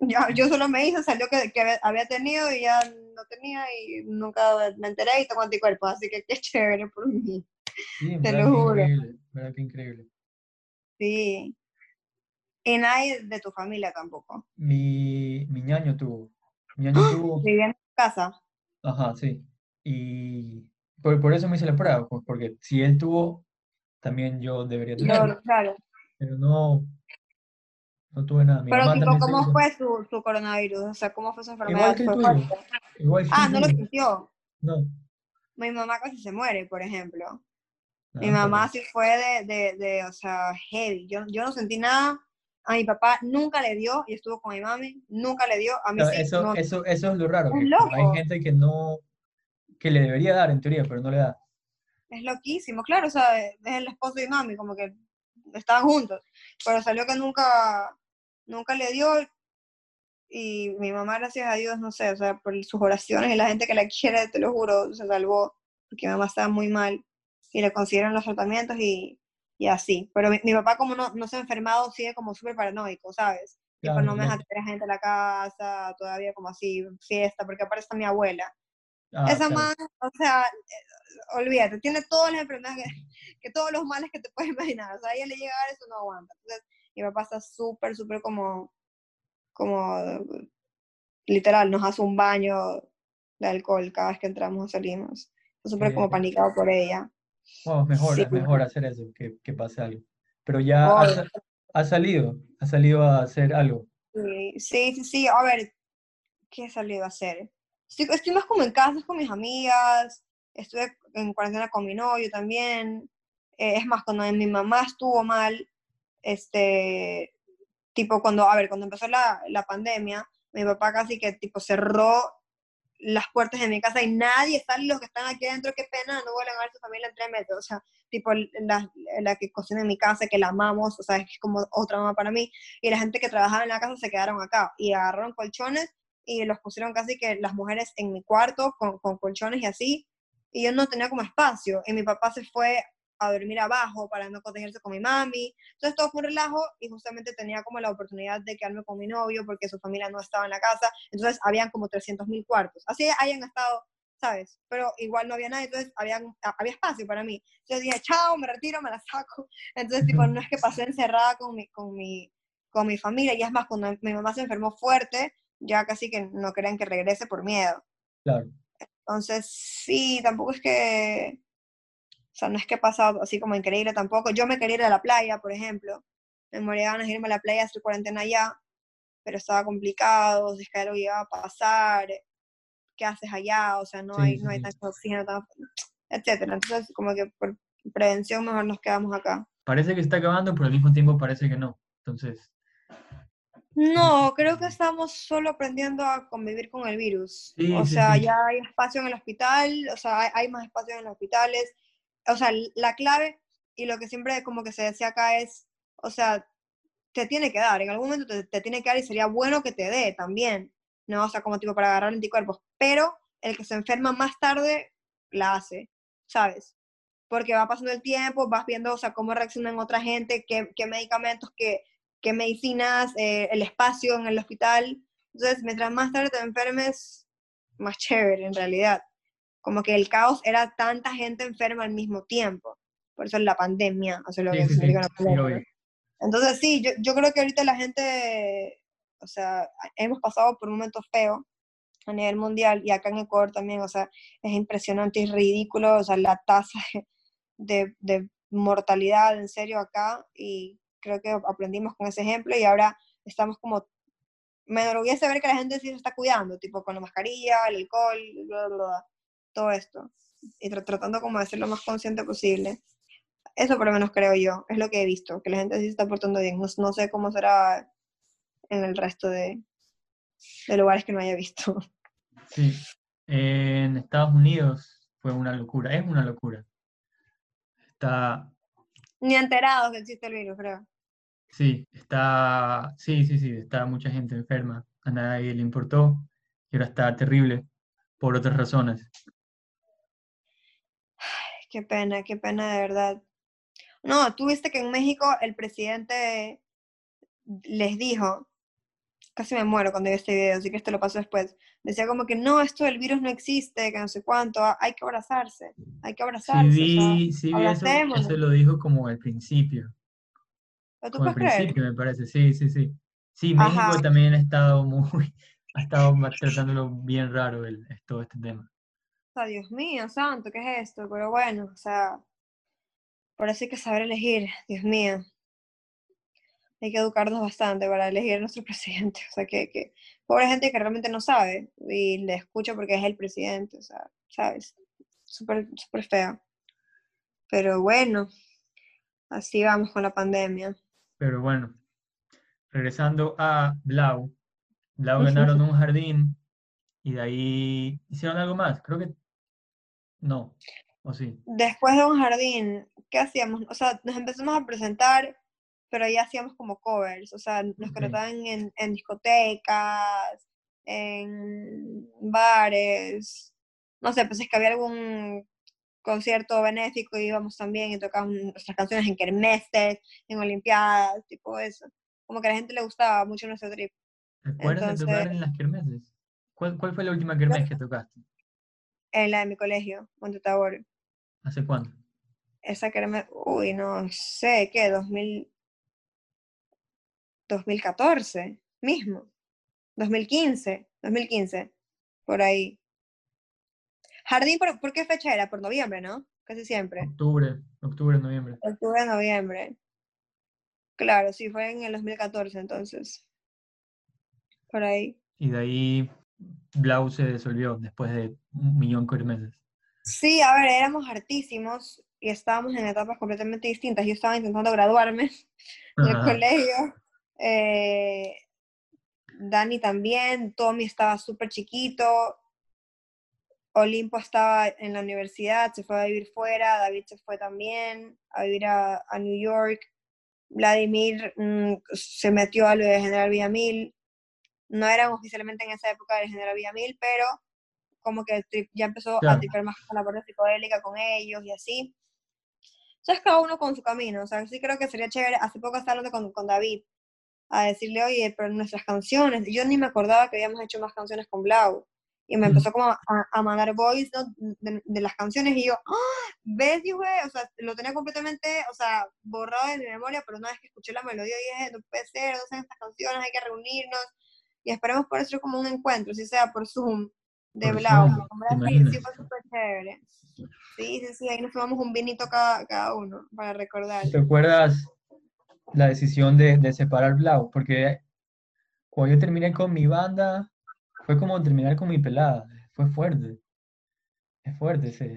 Yo solo me hice, salió que había tenido y ya no tenía y nunca me enteré y tengo anticuerpos, así que qué chévere por mí, Sí, en te verdad lo que juro. increíble, en verdad que increíble. Sí. Y nadie de tu familia tampoco. Mi ñaño tuvo, mi ñaño tuvo, Vivían en tu casa. ajá, sí. Y por eso me hice la prueba, pues porque si él tuvo, también yo debería tenerlo. Claro. Pero no, no tuve nada. Mi Pero mamá tipo, también se ¿cómo hizo. fue su coronavirus? O sea, ¿cómo fue su Igual enfermedad? que el ¿Fue fuerte? tuyo, igual que Ah, el no lo tuyo. sintió. No, Mi mamá casi se muere, por ejemplo. Mi nada, mamá pero sí fue o sea, heavy. Yo no sentí nada. A mi papá nunca le dio y estuvo con mi mami. Nunca le dio. A mí sí. No. eso es lo raro, Es que hay loco. gente que no, que le debería dar en teoría, pero no le da. Es loquísimo. Claro, o sea, es el esposo de mi mami, como que estaban juntos. Pero salió que nunca le dio. Y mi mamá, gracias a Dios, no sé, o sea, por sus oraciones y la gente que la quiere, te lo juro, se salvó, porque mi mamá estaba muy mal y le consiguieron los tratamientos y así. Pero mi papá, como no se ha enfermado, sigue como súper paranoico, ¿sabes? Tipo, Claro, no me deja lógico. tener gente en la casa, todavía como así, fiesta, porque aparte está mi abuela. Ah, Esa claro. man, o sea, olvídate, tiene todas las enfermedades, que todos los males que te puedes imaginar. O sea, a ella le llega a dar eso, no aguanta. Entonces, mi papá está súper como literal, nos hace un baño de alcohol cada vez que entramos o salimos. Estoy súper como Que, panicado por ella. wow, Sí, es mejor hacer eso, que pase algo. Pero ya obvio. ha salido a hacer algo. Sí. A ver, ¿qué he salido a hacer? Estoy más como en casa con mis amigas, estuve en cuarentena con mi novio también. Es más, cuando mi mamá estuvo mal, este, tipo cuando empezó la pandemia, mi papá casi que tipo cerró las puertas de mi casa y nadie sale, los que están aquí adentro, qué pena, no vuelven a ver a su familia en 3 meses, o sea, tipo la que cocina en mi casa, que la amamos, o sea, es como otra mamá para mí, y la gente que trabajaba en la casa se quedaron acá, y agarraron colchones, y los pusieron casi que las mujeres en mi cuarto, con colchones y así, y yo no tenía como espacio, y mi papá se fue a dormir abajo para no protegerse con mi mami, entonces todo fue un relajo, y justamente tenía como la oportunidad de quedarme con mi novio, porque su familia no estaba en la casa, entonces habían como 300.000 cuartos. Así hayan estado, ¿sabes? Pero igual no había nadie, entonces había espacio para mí. Entonces dije, chao, me retiro, me la saco. Entonces, tipo, no es que pasé encerrada con mi familia. Y es más, cuando mi mamá se enfermó fuerte, ya casi que no querían que regrese por miedo. Claro. Entonces, sí, tampoco es que, o sea, no es que he pasado así como increíble tampoco. Yo me quería ir a la playa, por ejemplo. Me moría ganas de irme a la playa, hacer cuarentena allá, pero estaba complicado, si es que algo iba a pasar, qué haces allá, o sea, no Sí, hay, sí, no hay sí. tanto oxígeno, etcétera. Entonces, como que por prevención mejor nos quedamos acá. Parece que está acabando, pero al mismo tiempo parece que no. Entonces, No, creo que estamos solo aprendiendo a convivir con el virus. sí, O sí, sea, sí. ya hay espacio en el hospital, o sea, hay más espacio en los hospitales. O sea, la clave y lo que siempre como que se decía acá es, o sea, te tiene que dar, en algún momento te tiene que dar y sería bueno que te dé también, ¿no? O sea, como tipo para agarrar anticuerpos, pero el que se enferma más tarde la hace, ¿sabes? Porque va pasando el tiempo, vas viendo, o sea, cómo reaccionan otra gente, qué medicamentos, qué medicinas, el espacio en el hospital. Entonces, mientras más tarde te enfermes, más chévere en realidad. Como que el caos era tanta gente enferma al mismo tiempo. Por eso es la pandemia, o sea, lo Sí, que sí, sí. significa la Sí, pandemia, ¿no? obvio. Entonces, sí, yo creo que ahorita la gente, o sea, hemos pasado por un momento feo a nivel mundial y acá en Ecuador también, o sea, es impresionante y ridículo, o sea, la tasa de mortalidad en serio acá y creo que aprendimos con ese ejemplo y ahora estamos como, me enorgullece ver que la gente sí se está cuidando, tipo con la mascarilla, el alcohol, bla, bla, bla, todo esto, y tratando como de ser lo más consciente posible. Eso por lo menos creo yo, es lo que he visto, que la gente sí se está portando bien. No sé cómo será en el resto de lugares que no haya visto. Sí. En Estados Unidos fue una locura. Es una locura. Está, Ni enterados que existe el virus, creo. sí, está, sí, sí, sí. Está mucha gente enferma. A nadie le importó. Y ahora está terrible por otras razones. Qué pena de verdad. No, tú viste que en México el presidente les dijo casi me muero cuando vi este video, así que te lo paso después. Decía como que no, esto del virus no existe, que no sé cuánto, hay que abrazarse, o sea, Sí vi eso abracémonos. lo dijo como al principio, ¿Pero tú como al puedes creer? principio me parece, sí, sí, sí. Sí, Ajá, México también ha estado muy, ha estado tratándolo bien raro todo este tema. o sea, Dios mío, santo, ¿qué es esto? Pero bueno, o sea, por eso hay que saber elegir, Dios mío. Hay que educarnos bastante para elegir a nuestro presidente. O sea, pobre gente que realmente no sabe y le escucha porque es el presidente, o sea, ¿sabes? Súper, súper feo. Pero bueno, así vamos con la pandemia. Pero bueno, regresando a Blau, Blau ganaron un jardín y de ahí hicieron algo más, creo que no, o sí. Después de un jardín, ¿qué hacíamos? O sea, nos empezamos a presentar, pero ya hacíamos como covers, o sea, nos Ok. contrataban en discotecas, en bares, no sé, pues es que había algún concierto benéfico íbamos también y tocábamos nuestras canciones en kermeses, en olimpiadas, tipo eso. Como que a la gente le gustaba mucho nuestro trip. ¿Te acuerdas de Entonces, tocar en las kermeses? ¿Cuál fue la última kermés que tocaste? en la de mi colegio, Monte Tabor, ¿Hace cuánto? esa kermés, uy, no sé, ¿qué? 2014 mismo, 2015 por ahí. Jardín, ¿por qué fecha era? Por noviembre, ¿no? Casi siempre. Octubre, noviembre. Octubre, noviembre. Claro, sí, fue en el 2014 entonces, por ahí. Y de ahí Blau se disolvió después de un millón de kermeses. Sí, a ver, éramos hartísimos y estábamos en etapas completamente distintas. Yo estaba intentando graduarme del Ajá. colegio, eh, Dani también, Tommy estaba súper chiquito, Olimpo estaba en la universidad, se fue a vivir fuera, David se fue también a vivir a New York, Vladimir se metió a lo de General Villamil, no eran oficialmente en esa época de General Villamil, pero como que ya empezó a Claro, tripear más con la parte psicodélica con ellos y así. Entonces cada uno con su camino, o sea, sí creo que sería chévere, hace poco estaba hablando con David, a decirle, oye, pero nuestras canciones, yo ni me acordaba que habíamos hecho más canciones con Blau, y me mm, empezó como a mandar voice de las canciones, y yo, ¡ah! ¿Ves, güey? O sea, lo tenía completamente, o sea, borrado de mi memoria, pero una vez que escuché la melodía dije, no puede ser, no sean estas canciones, hay que reunirnos, y esperemos por eso como un encuentro, si sea por Zoom, de por Blau, Zoom, porque en ¿te verdad sí, imaginas? sí fue súper chévere. Sí, sí, sí, ahí nos tomamos un vinito cada uno para recordar. ¿Te acuerdas la decisión de separar Blau? Porque cuando yo terminé con mi banda, fue como terminar con mi pelada. Fue fuerte, es fuerte ese.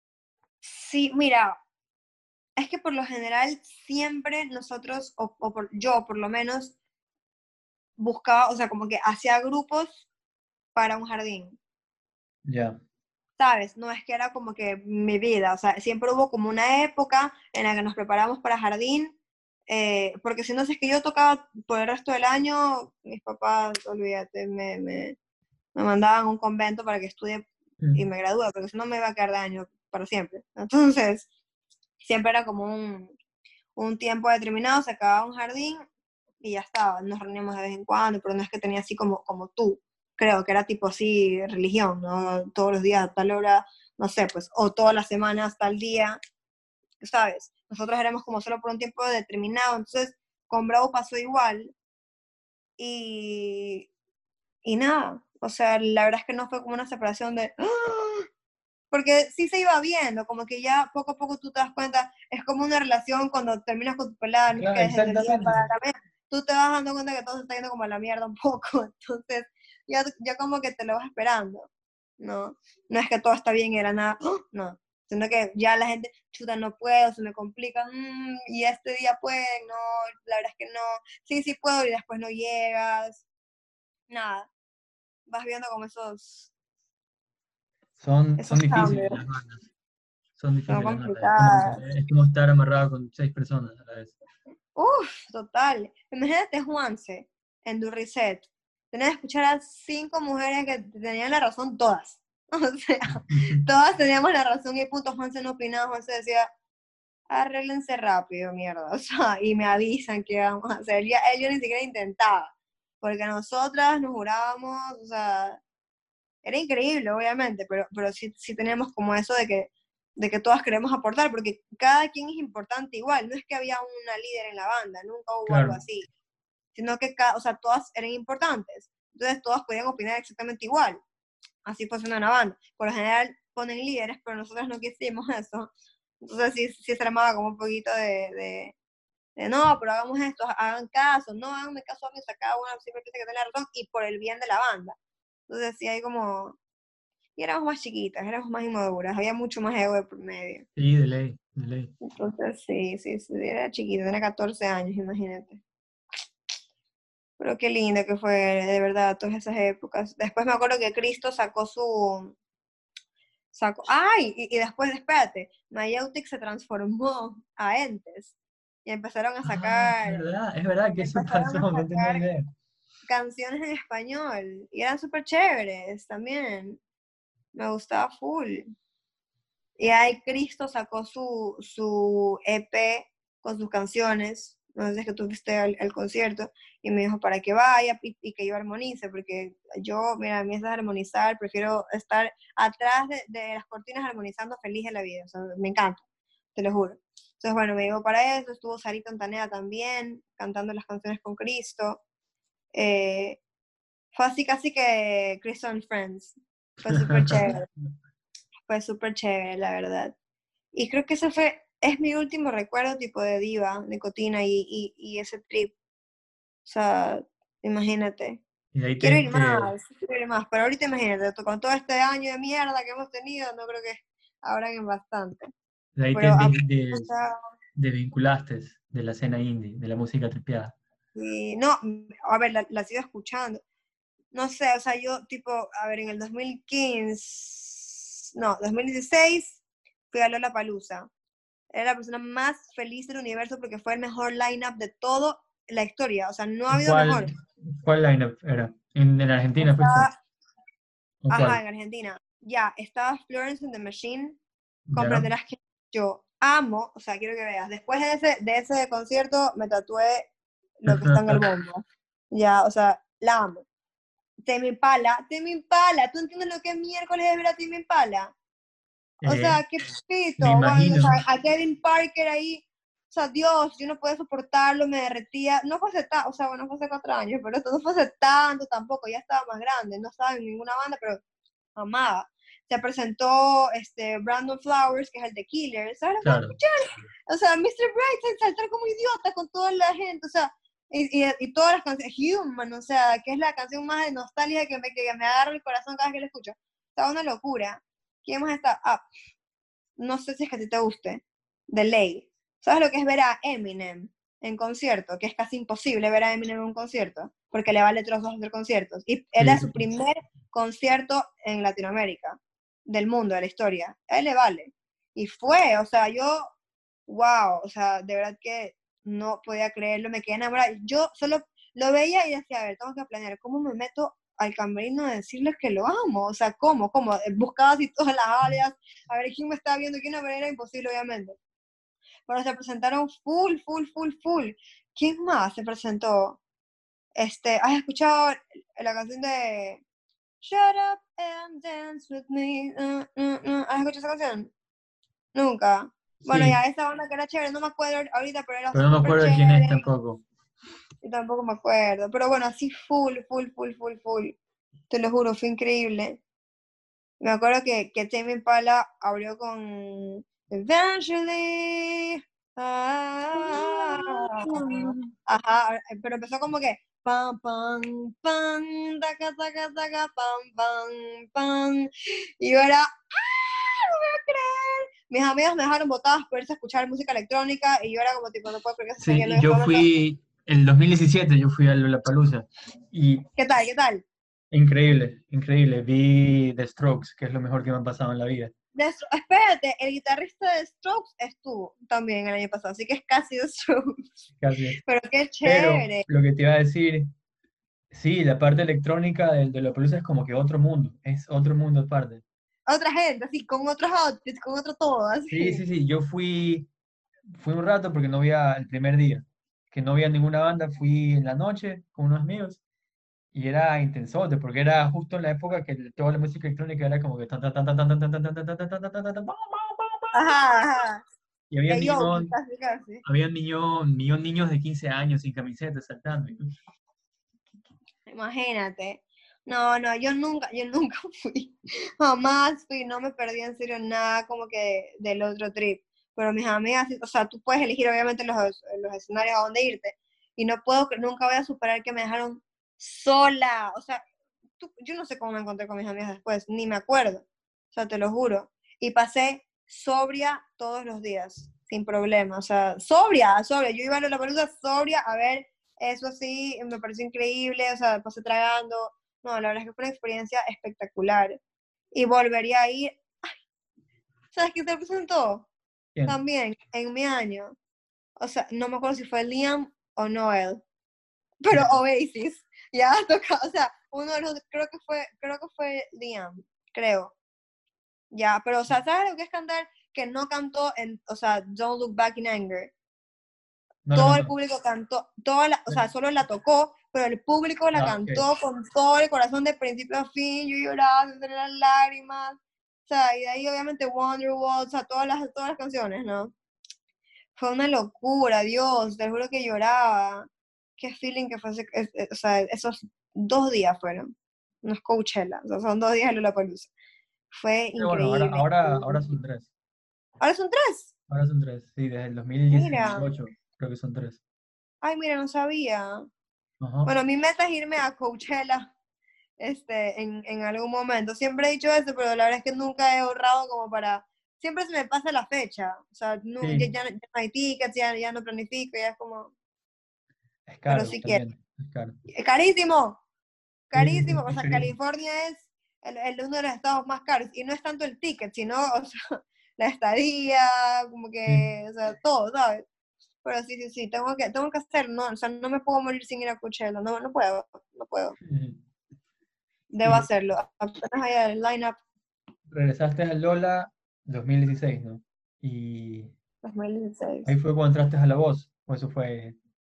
Sí, mira, es que por lo general siempre nosotros, yo por lo menos, buscaba, o sea, como que hacía grupos para un jardín, Ya, ¿sabes? No es que era como que mi vida, o sea, siempre hubo como una época en la que nos preparamos para jardín, porque si no, si es que yo tocaba por el resto del año, mis papás, olvídate, me mandaban a un convento para que estudie y mm, me gradúe, porque si no me iba a quedar de año para siempre. Entonces, siempre era como un tiempo determinado, se acababa un jardín y ya estaba, nos reuníamos de vez en cuando, pero no es que tenía así como tú, creo que era tipo así religión, ¿no? Todos los días a tal hora, no sé, pues, o todas las semanas tal día, ¿sabes? Nosotros éramos como solo por un tiempo determinado, entonces con Bravo pasó igual y, y nada, o sea, la verdad es que no fue como una separación de, ¡ah! Porque sí se iba viendo, como que ya poco a poco tú te das cuenta, es como una relación cuando terminas con tu pelada, no es claro, que desde el día exactamente. para la mañana, tú te vas dando cuenta que todo se está yendo como a la mierda un poco, entonces ya como que te lo vas esperando, ¿no? No es que todo está bien y era nada, ¡oh! No, sino que ya la gente, chuta, no puedo, se me complica, y este día pueden, no, la verdad es que no, sí, sí puedo y después no llegas, nada, vas viendo como Son esos difíciles cambios, las bandas, son son difíciles las bandas. complicadas. Es como estar amarrado con 6 personas a la vez. Uf, total. Imagínate Juanse en Du Reset. Tenía que escuchar a 5 mujeres que tenían la razón todas. O sea, todas teníamos la razón y punto. Juanse no opinaba, Juanse decía, arréglense rápido, mierda. O sea, y me avisan qué vamos a hacer. Él ya ni siquiera intentaba. porque nosotras nos jurábamos, o sea, era increíble, obviamente, pero sí teníamos como eso de que todas queremos aportar, porque cada quien es importante igual, no es que había una líder en la banda, nunca hubo algo Claro, así, sino que o sea, todas eran importantes, entonces todas podían opinar exactamente igual, así funciona una banda. Por lo general ponen líderes, pero nosotros no quisimos eso, entonces sí se armaba como un poquito de no, pero hagamos esto, hagan caso, no háganme caso a mí, o sea, cada uno siempre piensa que tiene la razón y por el bien de la banda. Entonces sí hay como, y éramos más chiquitas, éramos más inmaduras, había mucho más ego de por medio. sí, de ley, de ley. Entonces sí, era chiquita, tenía 14 años, imagínate. Pero qué lindo que fue, de verdad, todas esas épocas. Después me acuerdo que Cristo ¡ay! Y después, espérate, Mayeutic se transformó a Entes. Y Ah, es verdad que eso empezaron pasó, a no tenía sacar idea. canciones en español. Y eran súper chéveres también. Me gustaba full. Y ahí Cristo sacó su EP con sus canciones. No sé si es que tú fuiste al concierto. Y me dijo para que vaya y que yo armonice. Porque yo, mira, a mí es de armonizar. Prefiero estar atrás de las cortinas armonizando feliz de la vida. O sea, me encanta, te lo juro. Entonces, bueno, me llevó para eso. Estuvo Sarita Antanea también, cantando las canciones con Cristo. Fue así casi que Cristo and Friends. Fue súper chévere. Fue súper chévere, la verdad. Y creo que es mi último recuerdo tipo de diva, nicotina y ese trip. O sea, imagínate. Y de ahí Quiero ir más, pero ahorita imagínate, con todo este año de mierda que hemos tenido, no creo que ahora en bastante. de ahí Pero, te o des- sea, desvinculaste de la escena indie, de la música tripeada. no, a ver, la sigo escuchando. No sé, o sea, yo tipo, a ver, en el 2015, no, 2016, fui a Lollapalooza. Era la persona más feliz del universo porque fue el mejor lineup de toda la historia. O sea, no ha habido ¿Cuál, mejor. cuál lineup era? ¿En Argentina fuiste? Estaba, ¿O ajá, cuál? en Argentina. Ya, estaba Florence and the Machine. ¿Ya? Comprenderás que yo amo, o sea, quiero que veas. Después de ese concierto me tatué lo que está en el bombo. Ya, o sea, la amo. Tame Impala. ¿Tú entiendes lo que es miércoles de ver a Tame Impala? O Eh, sea, qué me pito, o imagino. sea, a Kevin Parker ahí, o sea, Dios, yo no podía soportarlo, me derretía, no fue hace tanto, o sea, bueno, fue hace 4 años, pero esto no fue hace tanto tampoco, ya estaba más grande, no estaba en ninguna banda, pero amaba. Se presentó Brandon Flowers, que es el de Killer, ¿sabes lo que vas a Claro. escuchar? O sea, Mr. Brightside saltar como idiota con toda la gente, o sea, y todas las canciones, Human, o sea, que es la canción más de nostalgia que me agarra el corazón cada vez que la escucho. Estaba una locura. ¿Quién más está? No sé si es que a ti te guste, de ley. ¿Sabes lo que es ver a Eminem en concierto? Que es casi imposible ver a Eminem en un concierto, porque le vale trozos hacer conciertos. Y Sí, era sí, su sí. primer concierto en Latinoamérica, del mundo, de la historia. A él le vale. Y fue, o sea, wow, o sea, de verdad que no podía creerlo, me quedé enamorada. Yo solo lo veía y decía, a ver, tengo que planear, ¿cómo me meto al camerino a decirles que lo amo? O sea, ¿cómo? Buscaba así todas las áreas, a ver quién me estaba viendo, quién no, pero era imposible, obviamente. Pero se presentaron full, full, full, full. ¿Quién más se presentó? ¿Has escuchado la canción de Shut Up and Dance With Me? ¿Has escuchado esa canción? Nunca. Bueno, Sí, ya esa banda que era chévere, no me acuerdo ahorita, pero era pero no me súper acuerdo de quién es chévere. tampoco. Y tampoco me acuerdo. Pero bueno, así full, full, full, full, full. Te lo juro, fue increíble. Me acuerdo que Tame Impala abrió con Eventually. Ajá, pero empezó como que pam, pam, pam, taca, taca, taca, pam, pam, pam. Y yo era, no voy a creer. Mis amigos me dejaron botadas por irse a escuchar música electrónica y yo era como tipo, no puedo creer que se están yendo Sí, en este yo momento. fui, en 2017 yo fui a Lollapalooza y ¿Qué tal? ¿Qué tal? increíble, increíble. Vi The Strokes, que es lo mejor que me ha pasado en la vida. Espérate, el guitarrista de Strokes estuvo también el año pasado, así que es casi de Strokes. Casi es. Pero qué Pero chévere. lo que te iba a decir, sí, la parte electrónica de Lollapalooza es como que otro mundo, es otro mundo aparte. Otra gente, así, con otros outfits, con otro todo, Sí, así. sí, sí, yo fui un rato porque no había el primer día, que no había ninguna banda, fui en la noche con unos amigos y era intensote, porque era justo en la época que toda la música electrónica era como que tan, tan, tan, tan, tan, tan, tan, tan, tan, tan, tan, tan, tan, tan, tan, pam, pam, pam, Ajá, ajá. y había Karaoke, millón, casi, casi. había millón niños de 15 años sin camiseta saltando. Imagínate. No, no, yo nunca fui. Jamás fui, no me perdí en serio nada como que del otro trip. Pero mis amigas, o sea, tú puedes elegir obviamente los escenarios a dónde irte. Y no puedo, nunca voy a superar que me dejaron sola. O sea, yo no sé cómo me encontré con mis amigas después, ni me acuerdo. O sea, te lo juro. Y pasé sobria todos los días, sin problema. O sea, sobria, sobria. Yo iba a la pelusa sobria a ver eso sí, me pareció increíble. O sea, pasé tragando. No, la verdad es que fue una experiencia espectacular. Y volvería a ir. ¿Sabes quién se presentó? ¿Quién? También, en mi año. O sea, no me acuerdo si fue Liam o Noel, pero Ya. Oasis, ya toca, o sea, uno de los, creo que fue Liam, creo, ya, pero, o sea, ¿sabes lo que es cantar? Que no cantó en, o sea, Don't Look Back in Anger. No lo Todo el cantó. público cantó, o sea, solo la tocó, pero el público la Ah, ok. cantó con todo el corazón de principio a fin. Yo lloraba, se me las lágrimas, o sea, y de ahí obviamente Wonderwall, o sea, todas las canciones, ¿no? Fue una locura, Dios, te juro que lloraba. Qué feeling que fue, o sea, esos 2 días fueron, no es Coachella, o sea, son 2 días de Lollapalooza. Fue Pero bueno, ahora, increíble. ahora son tres. Ahora son 3. Ahora son tres. Sí, desde el Mira, 2018 creo que son tres. ay, mira, no sabía. Ajá. Bueno, mi meta es irme a Coachella, en algún momento. Siempre he dicho eso, pero la verdad es que nunca he ahorrado como para, siempre se me pasa la fecha, o sea, no, ya, Sí, ya no hay tickets, ya no planifico, ya es como, es pero caro sí quiero. también. Es caro. Carísimo, Sí, sí, sí, carísimo. O es sea, carísimo. California es uno de los estados más caros. Y no es tanto el ticket, sino, o sea, la estadía, como Sí. que, o sea, todo, ¿sabes? Pero sí, sí, sí, tengo que hacer, no, o sea, no me puedo morir sin ir a Coachella, no, no puedo, no puedo. Ujú. Debo Y hacerlo. Apenas haya el lineup regresaste al Lola 2016, ¿no? Y ahí 2016. fue cuando entraste a La Voz. O eso fue.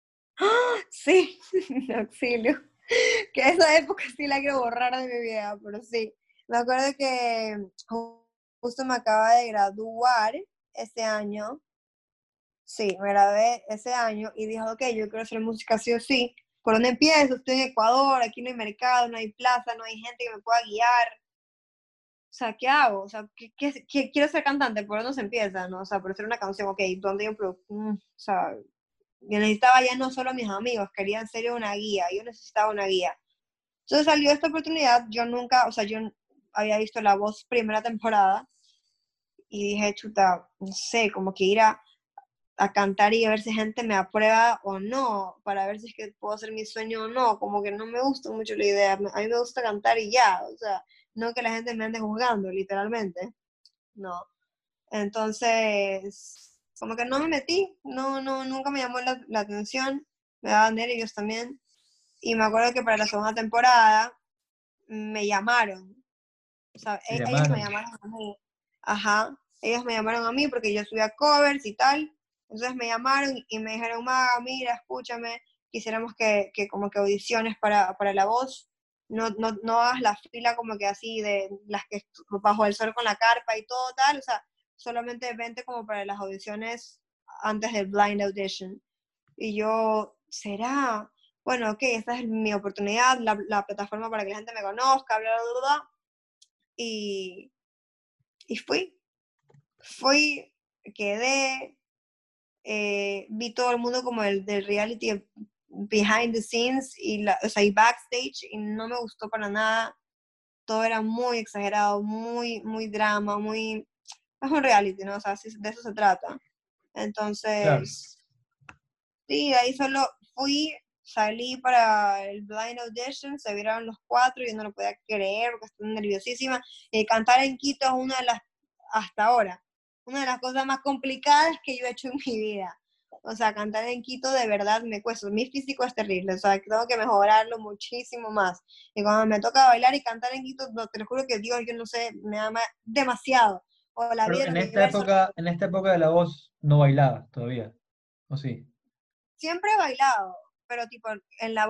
Sí, auxilio. Que esa época sí la quiero borrar de mi vida, pero sí. Me acuerdo que justo me acaba de graduar ese año. Sí, me gradué ese año y dije, ok, yo quiero hacer música sí o sí. ¿Por dónde empiezo? Estoy en Ecuador, aquí no hay mercado, no hay plaza, no hay gente que me pueda guiar. O sea, ¿qué hago? O sea, quiero ser cantante? ¿Por dónde se empieza? ¿No? O sea, por hacer una canción, ok, ¿dónde hay un producto? O sea, yo necesitaba ya no solo a mis amigos, quería en serio una guía, yo necesitaba una guía. Entonces salió esta oportunidad, yo nunca, o sea, yo había visto La Voz primera temporada y dije, chuta, no sé, como que ir a cantar y a ver si gente me aprueba o no, para ver si es que puedo hacer mi sueño o no, como que no me gusta mucho la idea, a mí me gusta cantar y ya, o sea, no que la gente me ande juzgando, literalmente, no. Entonces, como que no me metí, no, no, nunca me llamó la atención, me daban nervios también, y me acuerdo que para la segunda temporada me llamaron, o sea, Te ellos me llamaron. llamaron a mí, ajá, ellos me llamaron a mí porque yo subía covers y tal, entonces me llamaron y me dijeron, Maga, mira, escúchame, quisiéramos que como que audiciones para La Voz, no, no, no hagas la fila como que así de las que bajo el sol con la carpa y todo tal, o sea, solamente vente como para las audiciones antes del blind audition. Y yo, ¿será? Bueno, ok, esta es mi oportunidad, la plataforma para que la gente me conozca, bla, bla, bla, bla. Y, y fui, quedé, vi todo el mundo como el del reality behind the scenes o sea, y backstage y no me gustó para nada. Todo era muy exagerado, muy, muy drama, muy... Es un reality, ¿no? O sea, de eso se trata. Claro. Entonces, sí, de ahí solo fui, salí para el blind audition, se vieron los cuatro, y yo no lo podía creer porque estoy nerviosísima. Y cantar en Quito es una de las, hasta ahora, una de las cosas más complicadas que yo he hecho en mi vida. O sea, cantar en Quito de verdad me cuesta. Mi físico es terrible, o sea, tengo que mejorarlo muchísimo más. Y cuando me toca bailar y cantar en Quito, no, te lo juro que Dios, yo no sé, me ama demasiado. O la vida, Pero el universo, en esta época de La Voz no bailabas todavía. ¿O sí? siempre he bailado, pero tipo en La Voz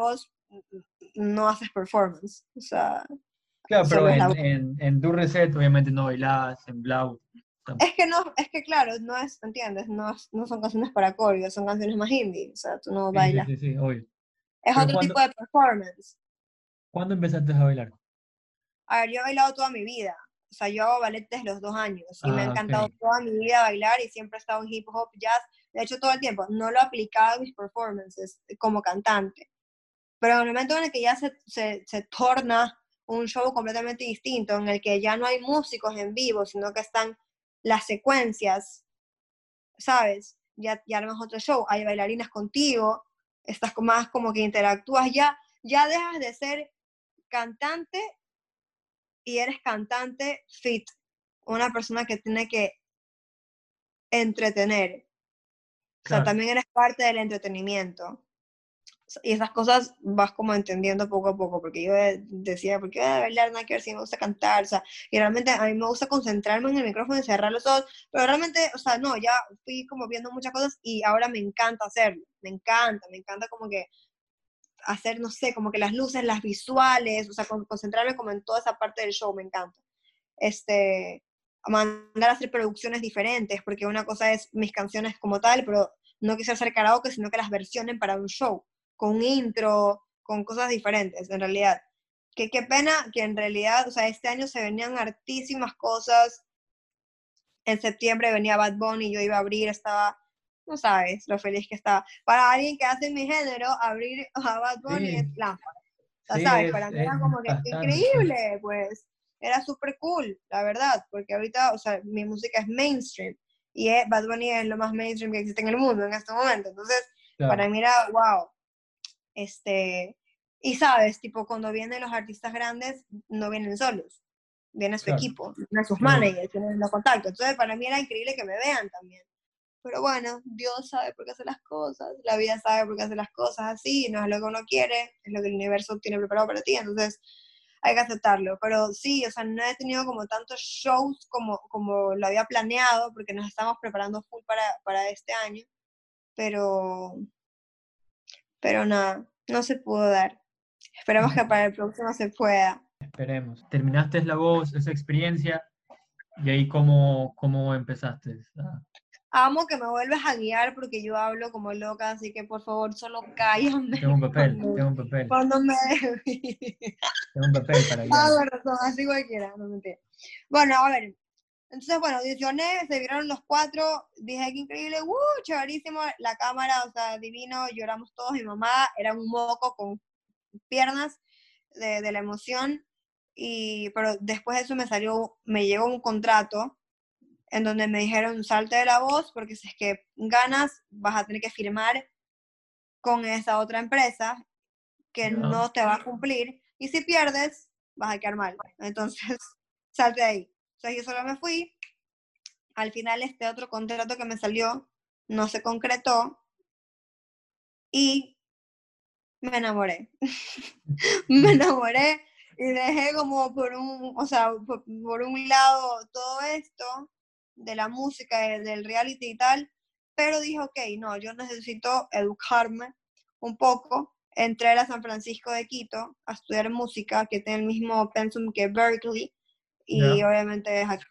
no haces performance, o sea, Claro, pero solo es la voz. en tu reset obviamente no bailás, en Blau. Es que no, es que claro, no es, ¿entiendes? No son canciones para coreo, son canciones más indie, o sea, tú no Sí, sí, bailas. sí, sí, obvio. Es Pero otro tipo de performance. ¿cuándo empezaste a bailar? A ver, yo he bailado toda mi vida, o sea, yo hago ballet desde los 2 años y me ha Ah, encantado ok. toda mi vida bailar y siempre he estado en hip hop, jazz, de hecho todo el tiempo, no lo he aplicado en mis performances como cantante, pero en el momento en el que ya se torna un show completamente distinto, en el que ya no hay músicos en vivo, sino que están las secuencias, ¿sabes? Ya armas otro show, hay bailarinas contigo, estás más como que interactúas, ya dejas de ser cantante y eres cantante fit, una persona que tiene que entretener, o sea, Claro. también eres parte del entretenimiento. Y esas cosas vas como entendiendo poco a poco, porque yo decía, ¿por qué voy a bailar? Nada que ver si me gusta cantar, o sea, y realmente a mí me gusta concentrarme en el micrófono y cerrar los ojos, pero realmente, o sea, no, ya fui como viendo muchas cosas y ahora me encanta hacerlo, me encanta como que hacer, no sé, como que las luces, las visuales, o sea, concentrarme como en toda esa parte del show, me encanta. Mandar a hacer producciones diferentes, porque una cosa es mis canciones como tal, pero no quise hacer karaoke, sino que las versionen para un show, con un intro, con cosas diferentes, en realidad. Qué pena que en realidad, o sea, este año se venían hartísimas cosas. En septiembre venía Bad Bunny, y yo iba a abrir, estaba, no sabes lo feliz que estaba. Para alguien que hace mi género, abrir a Bad Bunny es Sí, lámpara. O sea, sí, ¿sabes? Para mí es era como que bastante, sí. increíble, pues. Era súper cool, la verdad, porque ahorita, o sea, mi música es mainstream y Bad Bunny es lo más mainstream que existe en el mundo en este momento. Entonces, para Claro, mí era wow. Y sabes, tipo, cuando vienen los artistas grandes, no vienen solos, viene su claro. equipo, vienen sus Obvio. managers, tienen los contactos. Entonces, para mí era increíble que me vean también. Pero bueno, Dios sabe por qué hace las cosas, la vida sabe por qué hace las cosas así, no es lo que uno quiere, es lo que el universo tiene preparado para ti, entonces hay que aceptarlo. Pero sí, o sea, no he tenido como tantos shows como lo había planeado, porque nos estamos preparando full para este año, pero, pero nada, no se pudo dar. Esperamos que para el próximo se pueda. Esperemos. Terminaste la voz, esa experiencia, y ahí cómo empezaste. Amo que me vuelves a guiar porque yo hablo como loca, así que por favor solo cállame Tengo un papel, cuando, tengo un papel, cuando me dejes. tengo un papel para Ah, guiarte. bueno, razón, así cualquiera, no mentira. Bueno, a ver, entonces, bueno, audicioné, se vieron los 4, dije que increíble, chéverísimo, la cámara, o sea, divino, lloramos todos, mi mamá era un moco con piernas de la emoción, pero después de eso me llegó un contrato en donde me dijeron, salte de la voz, porque si es que ganas, vas a tener que firmar con esa otra empresa que Ya, no te va a cumplir, y si pierdes, vas a quedar mal. Entonces, salte de ahí. Entonces yo solo me fui, al final este otro contrato que me salió no se concretó y me enamoré. Me enamoré y dejé como o sea, por un lado todo esto de la música, del reality y tal, pero dije, ok, no, yo necesito educarme un poco. Entré a San Francisco de Quito a estudiar música, que tiene el mismo pensum que Berkeley, y ya, obviamente es aquí.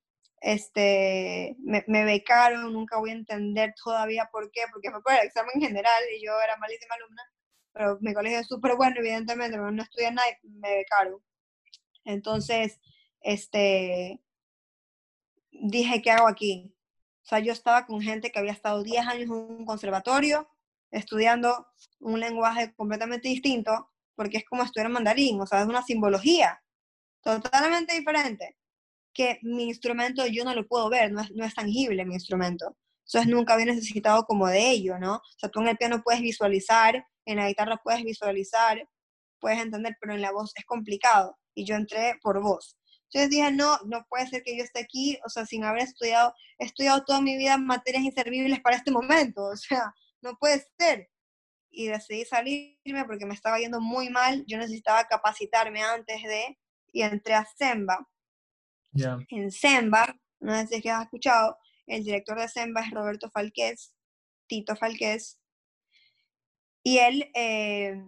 Me becaron, nunca voy a entender todavía por qué, porque fue por el examen general y yo era malísima alumna, pero mi colegio es súper bueno, evidentemente, pero no estudié nada y me becaron. Entonces, este, dije, ¿qué hago aquí? O sea, yo estaba con gente que había estado 10 años en un conservatorio estudiando un lenguaje completamente distinto, porque es como estudiar mandarín, o sea, es una simbología totalmente diferente, que mi instrumento yo no lo puedo ver, no es tangible mi instrumento. Entonces nunca había necesitado como de ello, ¿no? O sea, tú en el piano puedes visualizar, en la guitarra puedes visualizar, puedes entender, pero en la voz es complicado. Y yo entré por voz. Entonces dije, no puede ser que yo esté aquí, o sea, sin haber estudiado, he estudiado toda mi vida materias inservibles para este momento, o sea, no puede ser. Y decidí salirme porque me estaba yendo muy mal, yo necesitaba capacitarme antes y entré a Semba. ya. En Semba, no sé si es que has escuchado, el director de Semba es Roberto Falqués, Tito Falqués, y él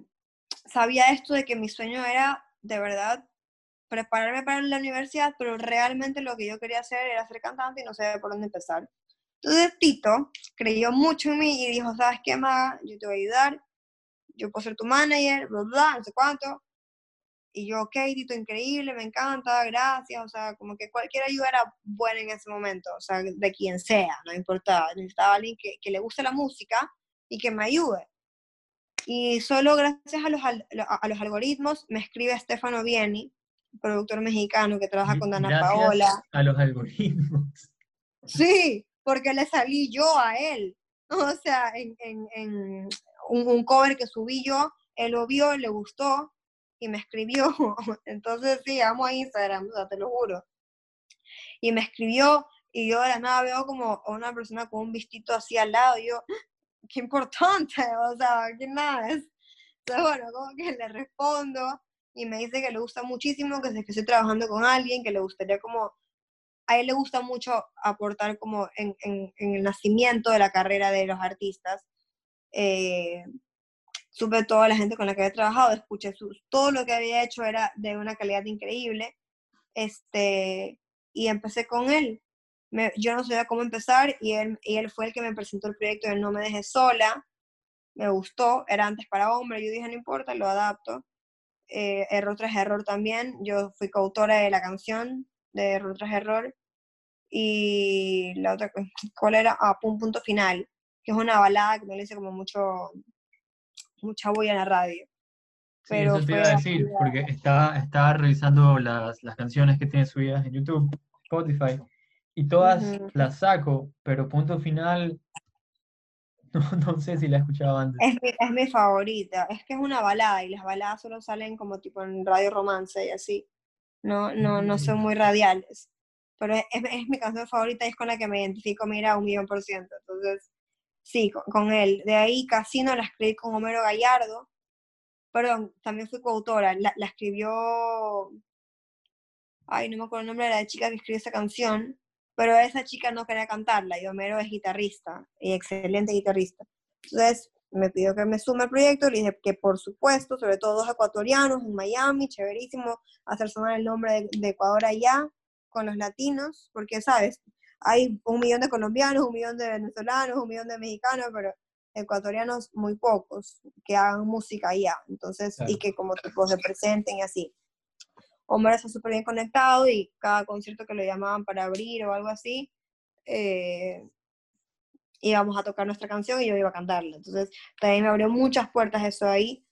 sabía esto de que mi sueño era, de verdad, prepararme para la universidad, pero realmente lo que yo quería hacer era ser cantante y no sabía por dónde empezar. Entonces Tito creyó mucho en mí y dijo, ¿sabes qué, Maga? Yo te voy a ayudar, yo puedo ser tu manager, bla, bla, no sé cuánto. Y yo, ok, Tito, increíble, me encanta, gracias. O sea, como que cualquier ayuda era buena en ese momento, o sea, de quien sea, no importaba. Necesitaba alguien que le guste la música y que me ayude. Y solo gracias a los algoritmos me escribe Stefano Vieni, productor mexicano que trabaja con Dana Gracias Paola. a los algoritmos. Sí, porque le salí yo a él. O sea, en un cover que subí yo, él lo vio, le gustó y me escribió. Entonces sí, amo a Instagram, o sea, te lo juro. Y me escribió y yo de la nada veo como a una persona con un vistito así al lado y yo, ¡ah! ¡Qué importante! O sea, ¿quién nada es? Entonces, bueno, como que le respondo y me dice que le gusta muchísimo, que estoy trabajando con alguien, que le gustaría como a él le gusta mucho aportar como en el nacimiento de la carrera de los artistas. Eh, Supe toda la gente con la que había trabajado, escuché todo lo que había hecho era de una calidad increíble, y empecé con él. Yo no sabía cómo empezar y él fue el que me presentó el proyecto de No me dejes sola, me gustó, era antes para hombre, yo dije no importa, lo adapto. Error tras error también, yo fui coautora de la canción de Error tras error, y la otra, ¿cuál era? Ah, Punto Final, que es una balada que no le hice como mucha bulla en la radio, Sí, pero eso te iba a fue así. decir, porque estaba revisando las canciones que tiene subidas en YouTube, Spotify, y todas Ujú. las saco, pero punto final, no sé si la he escuchado antes. Es mi favorita, es que es una balada y las baladas solo salen como tipo en radio romance y así, no son Mm, muy radiales, pero es mi canción favorita y es con la que me identifico, mira, 1.000.000%, entonces sí, con él. De ahí Casino la escribí con Homero Gallardo, perdón, también fui coautora, la escribió, ay, no me acuerdo el nombre de la chica que escribió esa canción, pero esa chica no quería cantarla y Homero es guitarrista y excelente guitarrista. Entonces me pidió que me sume al proyecto, le dije que por supuesto, sobre todo dos ecuatorianos en Miami, chéverísimo hacer sonar el nombre de Ecuador allá con los latinos, porque sabes, hay 1.000.000 de colombianos, 1.000.000 de venezolanos, 1.000.000 de mexicanos, pero ecuatorianos muy pocos que hagan música allá, entonces, y claro. que como tipo se presenten y así. Omar está súper bien conectado y cada concierto que lo llamaban para abrir o algo así, eh, íbamos a tocar nuestra canción y yo iba a cantarla. Entonces, también me abrió muchas puertas eso ahí.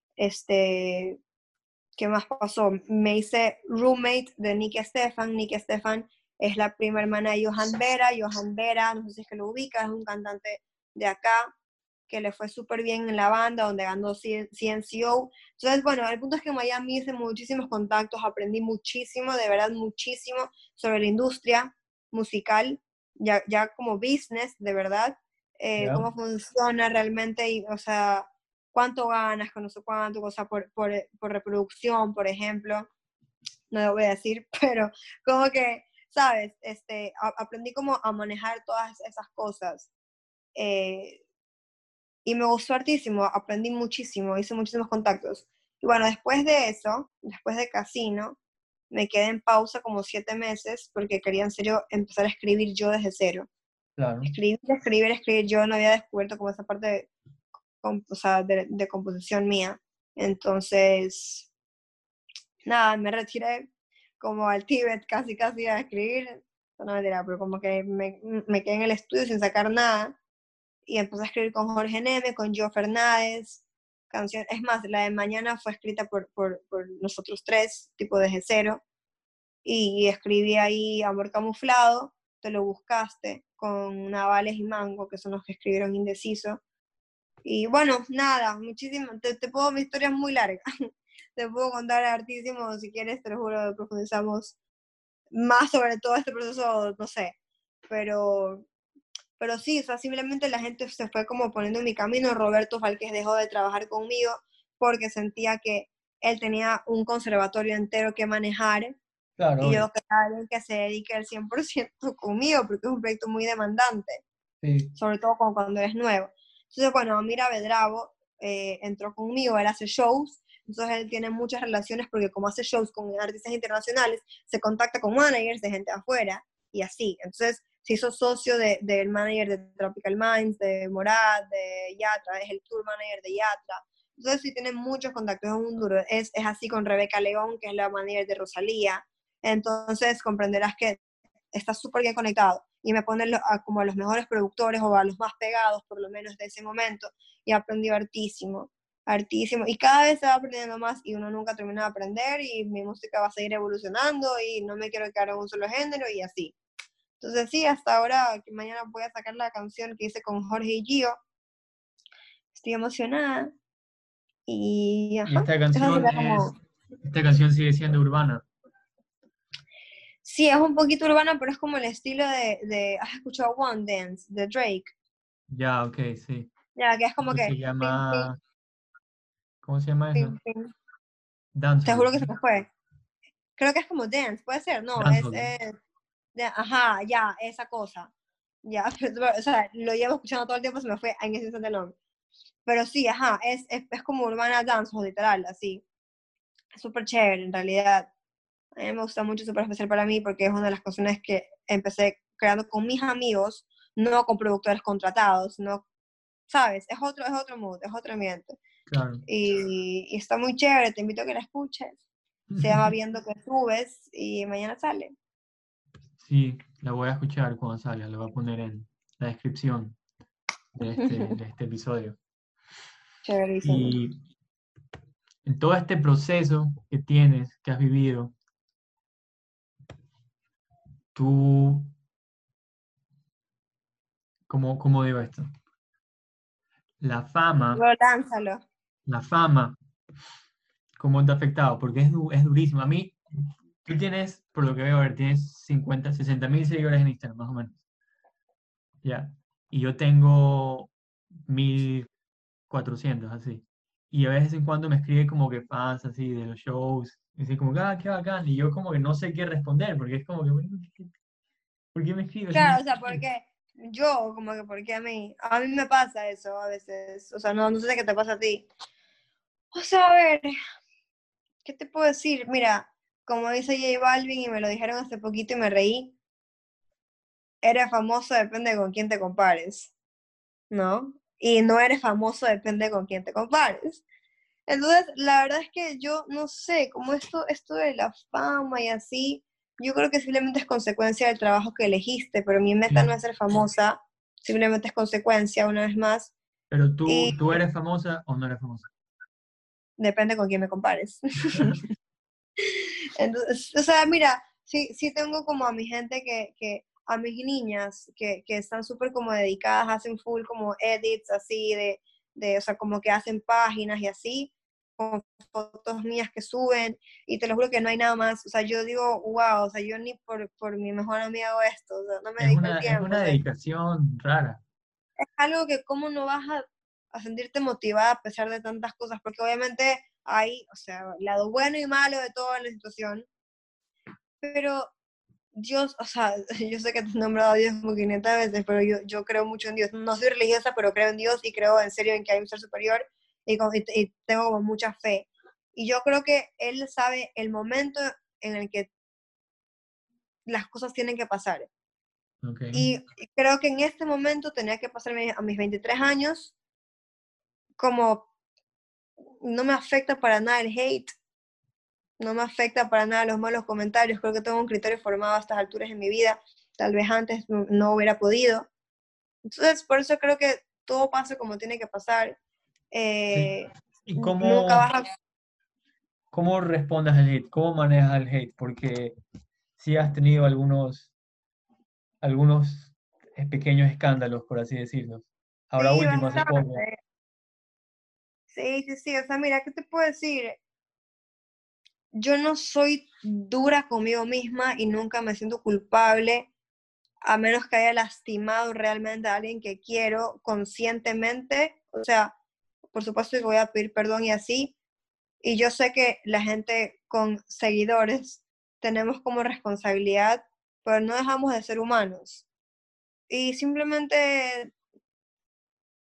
Este, ¿Qué más pasó? Me hice roommate de Nicky Estefan. Nicky Estefan es la prima hermana de Johan Vera. Johan Vera, no sé si es que lo ubicas, es un cantante de acá que le fue súper bien en la banda, donde ganó CNCO. Entonces, bueno, el punto es que en Miami hice muchísimos contactos, aprendí muchísimo, de verdad muchísimo sobre la industria musical, ya como business, de verdad, ¿Ya? cómo funciona realmente, y, o sea, cuánto ganas, con no sé cuánto, o sea, por reproducción, por ejemplo, no lo voy a decir, pero como que, ¿sabes? Aprendí como a manejar todas esas cosas. Eh, y me gustó hartísimo, aprendí muchísimo, hice muchísimos contactos. Y bueno, después de eso, después de Casino, me quedé en pausa como 7 meses porque quería en serio empezar a escribir yo desde cero. Claro. Escribir, yo no había descubierto como esa parte o sea, de composición mía. Entonces, nada, me retiré como al Tíbet casi casi a escribir, no mentira, pero como que me quedé en el estudio sin sacar nada y empecé a escribir con Jorge Neme, con Joe Fernández, canción, es más, la de Mañana fue escrita por nosotros tres, tipo desde cero, y escribí ahí Amor Camuflado, Te lo buscaste, con Navales y Mango, que son los que escribieron Indeciso. Y bueno, nada, muchísimo, mi historia es muy larga, te puedo contar hartísimo, si quieres, te lo juro, profundizamos más sobre todo este proceso, no sé, pero sí, o sea, simplemente la gente se fue como poniendo en mi camino. Roberto Falquez dejó de trabajar conmigo porque sentía que él tenía un conservatorio entero que manejar Claro, y obvio. yo quería alguien que se dedique al 100% conmigo porque es un proyecto muy demandante, Sí, sobre todo cuando eres nuevo. Entonces, bueno, Mira Bedravo entró conmigo, él hace shows, entonces él tiene muchas relaciones porque como hace shows con artistas internacionales, se contacta con managers de gente afuera y así. Entonces se hizo socio del manager de Tropical Minds, de Morad, de Yatra, es el tour manager de Yatra. Entonces sí tiene muchos contactos, es un duro. Es así con Rebeca León, que es la manager de Rosalía. Entonces comprenderás que está súper bien conectado y me pone como a los mejores productores o a los más pegados, por lo menos de ese momento, y aprendí hartísimo, hartísimo. Y cada vez se va aprendiendo más y uno nunca termina de aprender y mi música va a seguir evolucionando y no me quiero quedar en un solo género y así. Entonces sí, hasta ahora, que mañana voy a sacar la canción que hice con Jorge y Gio. Estoy emocionada. Y Y ajá, eso sería como... esta canción sigue siendo urbana. Sí, es un poquito urbana, pero es como el estilo ¿has escuchado One Dance, de Drake? Ya, ok, sí. Ya, que es como Y que... se Pim, pim, llama, ¿cómo se llama eso? pim, pim. Te Dancehall. juro que se me fue. Creo que es como Dance, puede ser, no, Dancehall. ajá, ya, esa cosa. Ya, o sea, lo llevo escuchando todo el tiempo, se me fue en ese instante el nombre. Pero sí, ajá, es como urbana dancehall, literal, así. Es súper chévere, en realidad. A mí me gusta mucho, súper especial para mí, porque es una de las canciones que empecé creando con mis amigos, no con productores contratados, no, ¿sabes? Es otro mood, es otro ambiente. Claro. Y está muy chévere, te invito a que la escuches. Se llama Viendo que subes y mañana sale. Sí, la voy a escuchar cuando salga, la voy a poner en la descripción de este episodio. Chéverísimo. Y en todo este proceso que tienes, que has vivido, tú, ¿cómo digo esto? La fama, Lánzalo. la fama, ¿cómo te ha afectado? Porque es durísimo. A mí, tú tienes, por lo que veo, a ver, tienes 50, 60.000 seguidores en Instagram, más o menos. Ya. Y yo tengo 1.400 así. Y a veces en cuando me escribe como que fans así de los shows. Y así como, qué bacán. Y yo como que no sé qué responder, porque es como que, bueno, ¿por qué me escribes? No Claro, o sea, entiendo. porque yo, como que porque a mí me pasa eso a veces, o sea, no sé qué te pasa a ti. O sea, a ver, ¿qué te puedo decir? Mira, como dice J Balvin y me lo dijeron hace poquito y me reí, eres famoso depende con quién te compares, ¿no? Y no eres famoso depende con quién te compares. Entonces, la verdad es que yo no sé, como esto de la fama y así, yo creo que simplemente es consecuencia del trabajo que elegiste, pero mi meta no Sí. es ser famosa, simplemente es consecuencia, una vez más, Pero y tú eres famosa o no eres famosa. depende con quién me compares. Entonces, o sea, mira, sí tengo como a mi gente a mis niñas que están súper como dedicadas, hacen full como edits así o sea, como que hacen páginas y así, con fotos mías que suben, y te lo juro que no hay nada más, o sea, yo digo, wow, o sea, yo ni por mi mejor amiga hago esto, o sea, no me dedico el Es tiempo, o una sea, dedicación rara. es algo que cómo no vas a sentirte motivada a pesar de tantas cosas, porque obviamente hay, o sea, lado bueno y malo de toda la situación, pero Dios, o sea, yo sé que te he nombrado a Dios como 500 veces, pero yo creo mucho en Dios. No soy religiosa, pero creo en Dios y creo en serio en que hay un ser superior y tengo como mucha fe. Y yo creo que Él sabe el momento en el que las cosas tienen que pasar. Ok. Y creo que en este momento tenía que pasarme a mis 23 años, como no me afecta para nada el hate, no me afecta para nada los malos comentarios. Creo que tengo un criterio formado a estas alturas en mi vida. Tal vez antes no hubiera podido. Entonces, por eso creo que todo pasa como tiene que pasar. Sí. Eh, ¿Y nunca vas a... cómo respondes al hate? ¿Cómo manejas el hate? Porque sí has tenido algunos pequeños escándalos, por así decirlo. Ahora Sí, último, hace bastante. poco. Sí. O sea, mira, ¿qué te puedo decir? Yo no soy dura conmigo misma y nunca me siento culpable, a menos que haya lastimado realmente a alguien que quiero conscientemente. O sea, por supuesto que voy a pedir perdón y así. Y yo sé que la gente con seguidores tenemos como responsabilidad, pero no dejamos de ser humanos. Y simplemente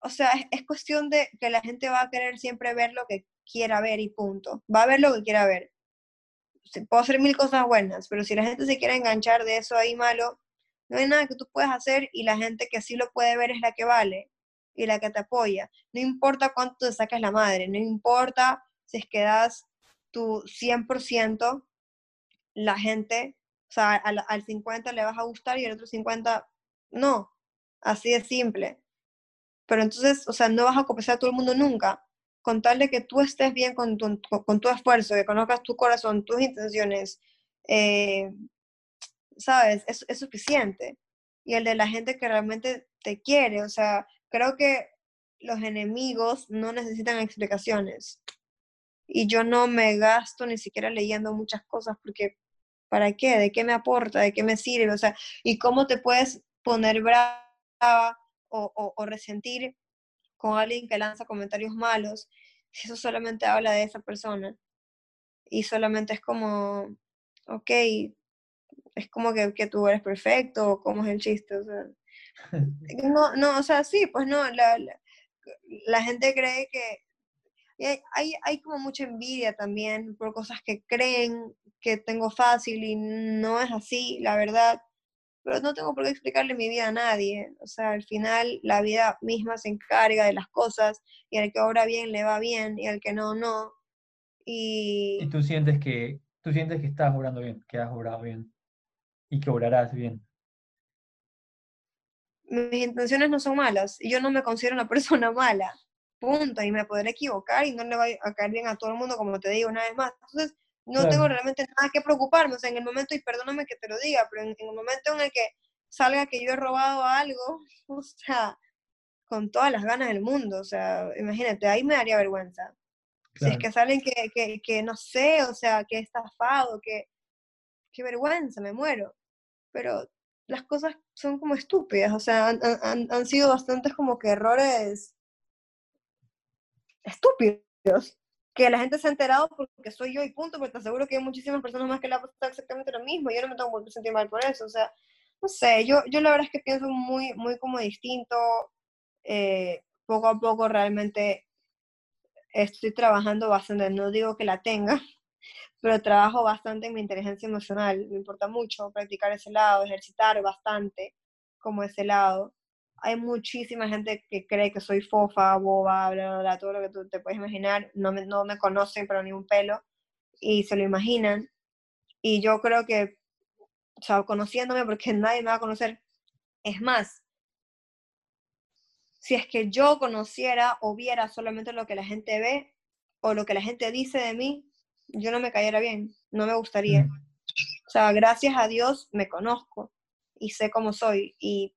o sea, es cuestión de que la gente va a querer siempre ver lo que quiera ver y punto. Va a ver lo que quiera ver. Puedo hacer mil cosas buenas, pero si la gente se quiere enganchar de eso ahí malo, no hay nada que tú puedas hacer y la gente que sí lo puede ver es la que vale y la que te apoya. No importa cuánto te saques la madre, no importa si es que das tu 100%, la gente, o sea, al 50 le vas a gustar y al otro 50 no. Así de simple. Pero entonces, o sea, no vas a complacer a todo el mundo nunca, con tal de que tú estés bien con tu esfuerzo, que conozcas tu corazón, tus intenciones, eh, ¿sabes? Es suficiente. Y el de la gente que realmente te quiere, o sea, creo que los enemigos no necesitan explicaciones. Y yo no me gasto ni siquiera leyendo muchas cosas porque, ¿para qué? ¿De qué me aporta? ¿De qué me sirve? O sea, ¿y cómo te puedes poner brava o resentir con alguien que lanza comentarios malos, si eso solamente habla de esa persona y solamente es como, ok, es como que tú eres perfecto, ¿cómo es el chiste? O sea, no, no, o sea, sí, pues no, la gente cree que y hay como mucha envidia también por cosas que creen que tengo fácil y no es así, la verdad. Pero no tengo por qué explicarle mi vida a nadie. O sea, al final la vida misma se encarga de las cosas y al que obra bien le va bien y al que no, no. Y Y tú sientes que estás obrando bien, que has obrado bien y que obrarás bien. mis intenciones no son malas y yo no me considero una persona mala. Punto. Y me podré equivocar y no le va a caer bien a todo el mundo, como te digo una vez más. Entonces, no tengo Claro, realmente nada que preocuparme. O sea, en el momento, y perdóname que te lo diga, pero en el momento en el que salga que yo he robado algo, o sea, con todas las ganas del mundo, o sea, imagínate, ahí me daría vergüenza. Si es claro. que salen que no sé, o sea, que he estafado, que qué vergüenza, me muero. Pero las cosas son como estúpidas, o sea, han sido bastantes como que errores estúpidos, que la gente se ha enterado porque soy yo y punto, pero te aseguro que hay muchísimas personas más que le ha pasado exactamente lo mismo, yo no me tengo por qué sentir mal por eso, o sea, no sé, yo la verdad es que pienso muy, muy como distinto, poco a poco realmente estoy trabajando bastante, no digo que la tenga, pero trabajo bastante en mi inteligencia emocional. Me importa mucho practicar ese lado, ejercitar bastante como ese lado. Hay muchísima gente que cree que soy fofa, boba, bla, bla, bla, todo lo que tú te puedes imaginar. No me conocen, pero ni un pelo, y se lo imaginan. Y yo creo que, o sea, conociéndome, porque nadie me va a conocer, es más, si es que yo conociera o viera solamente lo que la gente ve o lo que la gente dice de mí, yo no me cayera bien, no me gustaría. Mm. O sea, gracias a Dios me conozco y sé cómo soy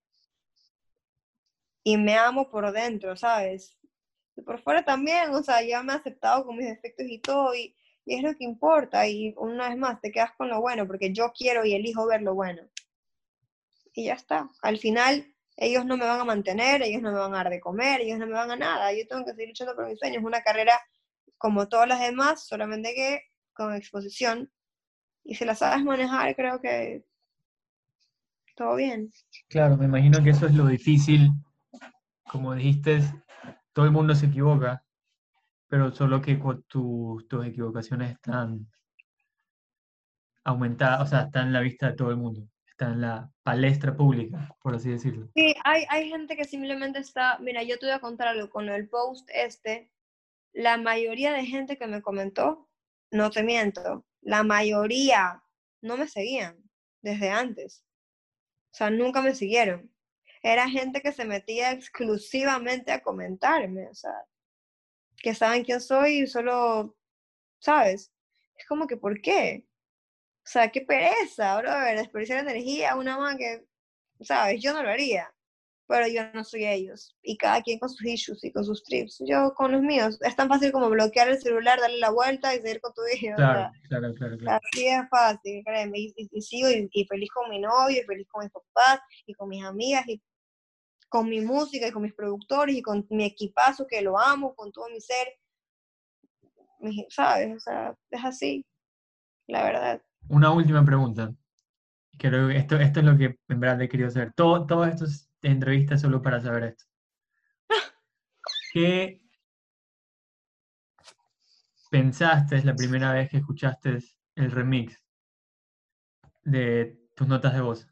y me amo por dentro, ¿sabes? Y por fuera también, o sea, ya me he aceptado con mis defectos y todo y es lo que importa y una vez más te quedas con lo bueno porque yo quiero y elijo ver lo bueno y ya está. Al final ellos no me van a mantener, ellos no me van a dar de comer, ellos no me van a nada, yo tengo que seguir luchando por mis sueños, es una carrera como todas las demás, solamente que con exposición y si la sabes manejar creo que todo bien. Claro, me imagino que eso es lo difícil. Como dijiste, todo el mundo se equivoca, pero solo que tus equivocaciones están aumentadas, o sea, están en la vista de todo el mundo, están en la palestra pública, por así decirlo. Sí, hay gente que simplemente está, mira, yo te voy a contar algo, con el post este, la mayoría de gente que me comentó, no te miento, la mayoría no me seguían desde antes, o sea, nunca me siguieron. Era gente que se metía exclusivamente a comentarme, o sea, que saben quién soy y solo, ¿sabes? Es como que, ¿por qué? O sea, qué pereza, brother, desperdiciar energía, una más que, ¿sabes? Yo no lo haría. Pero yo no soy ellos. Y cada quien con sus issues y con sus trips. Yo con los míos. Es tan fácil como bloquear el celular, darle la vuelta y seguir con tu vida. O Claro, sea, claro, claro, claro. así es fácil, créeme. Y sigo y feliz con mi novio, y feliz con mis papás, y con mis amigas, y con mi música, y con mis productores, y con mi equipazo que lo amo, con todo mi ser. ¿Sabes? O sea, es así, la verdad. Una última pregunta. Creo que esto es lo que en verdad he querido saber. Todas estas entrevistas solo para saber esto. ¿Qué pensaste la primera vez que escuchaste el remix de tus notas de voz?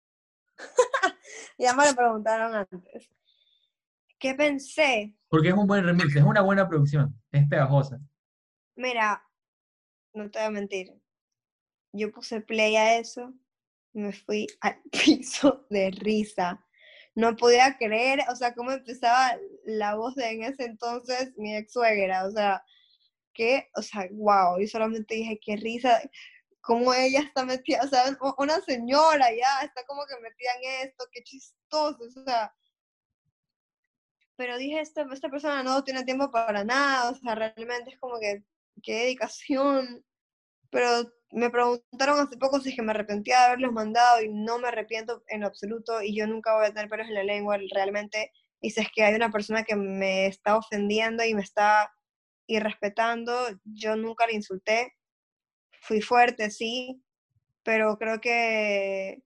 Ya me lo preguntaron antes. ¿Qué pensé? Porque es un buen remix, es una buena producción, es pegajosa. Mira, no te voy a mentir. Yo puse play a eso y me fui al piso de risa. No podía creer, o sea, cómo empezaba la voz de en ese entonces mi ex suegra, o sea, wow, y solamente dije, qué risa, cómo ella está metida, o sea, una señora ya está como que metida en esto, qué chistoso, o sea, pero dije, esta persona no tiene tiempo para nada, o sea, realmente es como que, qué dedicación, pero me preguntaron hace poco si es que me arrepentía de haberlos mandado y no me arrepiento en lo absoluto y yo nunca voy a tener pelos en la lengua realmente. Y si es que hay una persona que me está ofendiendo y me está irrespetando, yo nunca la insulté. Fui fuerte, sí, pero creo que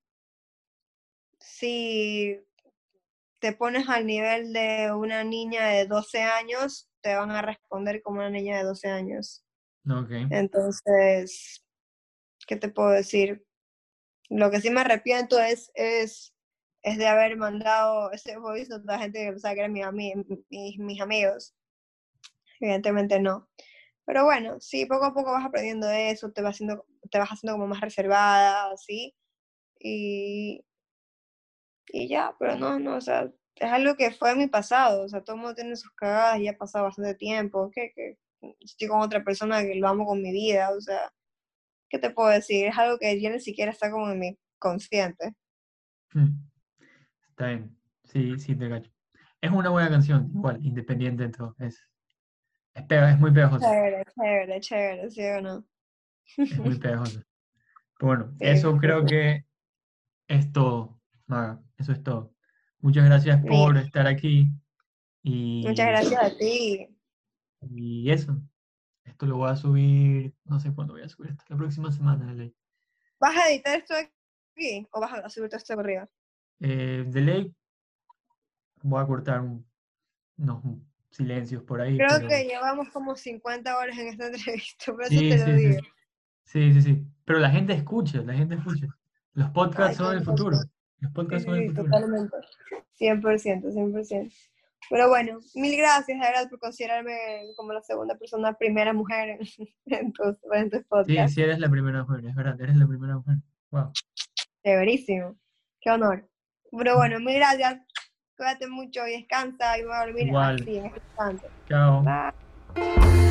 si te pones al nivel de una niña de 12 años, te van a responder como una niña de 12 años. Ok. Entonces, ¿qué te puedo decir? Lo que sí me arrepiento es de haber mandado ese voice a la gente que pensaba que eran mis amigos. Evidentemente no. Pero bueno, sí, poco a poco vas aprendiendo de eso, te vas haciendo como más reservada, así. Y, y ya, pero no, o sea, es algo que fue en mi pasado. O sea, todo el mundo tiene sus cagadas, ya ha pasado bastante tiempo. Que estoy con otra persona que lo amo con mi vida, o sea, ¿qué te puedo decir? Es algo que ya ni siquiera está como en mi consciente. Está bien, sí, sí, te cacho. Es una buena canción, igual, independiente de todo. Es muy pegajosa, Chévere, chévere, chévere, ¿sí o no? es muy pegajosa. Pero bueno, Sí, eso sí, creo sí. que es todo, Maga, eso es todo. Muchas gracias por Mira, estar aquí muchas y, gracias a ti. y eso. Esto lo voy a subir, no sé cuándo voy a subir esto, la próxima semana de ley. ¿Vas a editar esto aquí o vas a subir todo esto por arriba? De ley voy a cortar unos silencios por ahí, Creo pero que llevamos como 50 horas en esta entrevista, por eso sí, te lo sí, sí, digo. sí, sí, sí. Pero la gente escucha, la gente escucha. Los podcasts Ay, son qué el hermoso. futuro. Los Sí, podcasts son el sí, sí, futuro. totalmente. 100%, 100%. Pero bueno, mil gracias, de verdad, por considerarme como la segunda persona, primera mujer en tus Sí, sí podcasts. eres la primera mujer, es verdad, eres la primera mujer. Wow. Chéverísimo. Qué honor. Pero bueno, mil gracias. Cuídate mucho y descansa y voy a dormir Igual. así, en este instante. Chao. Bye.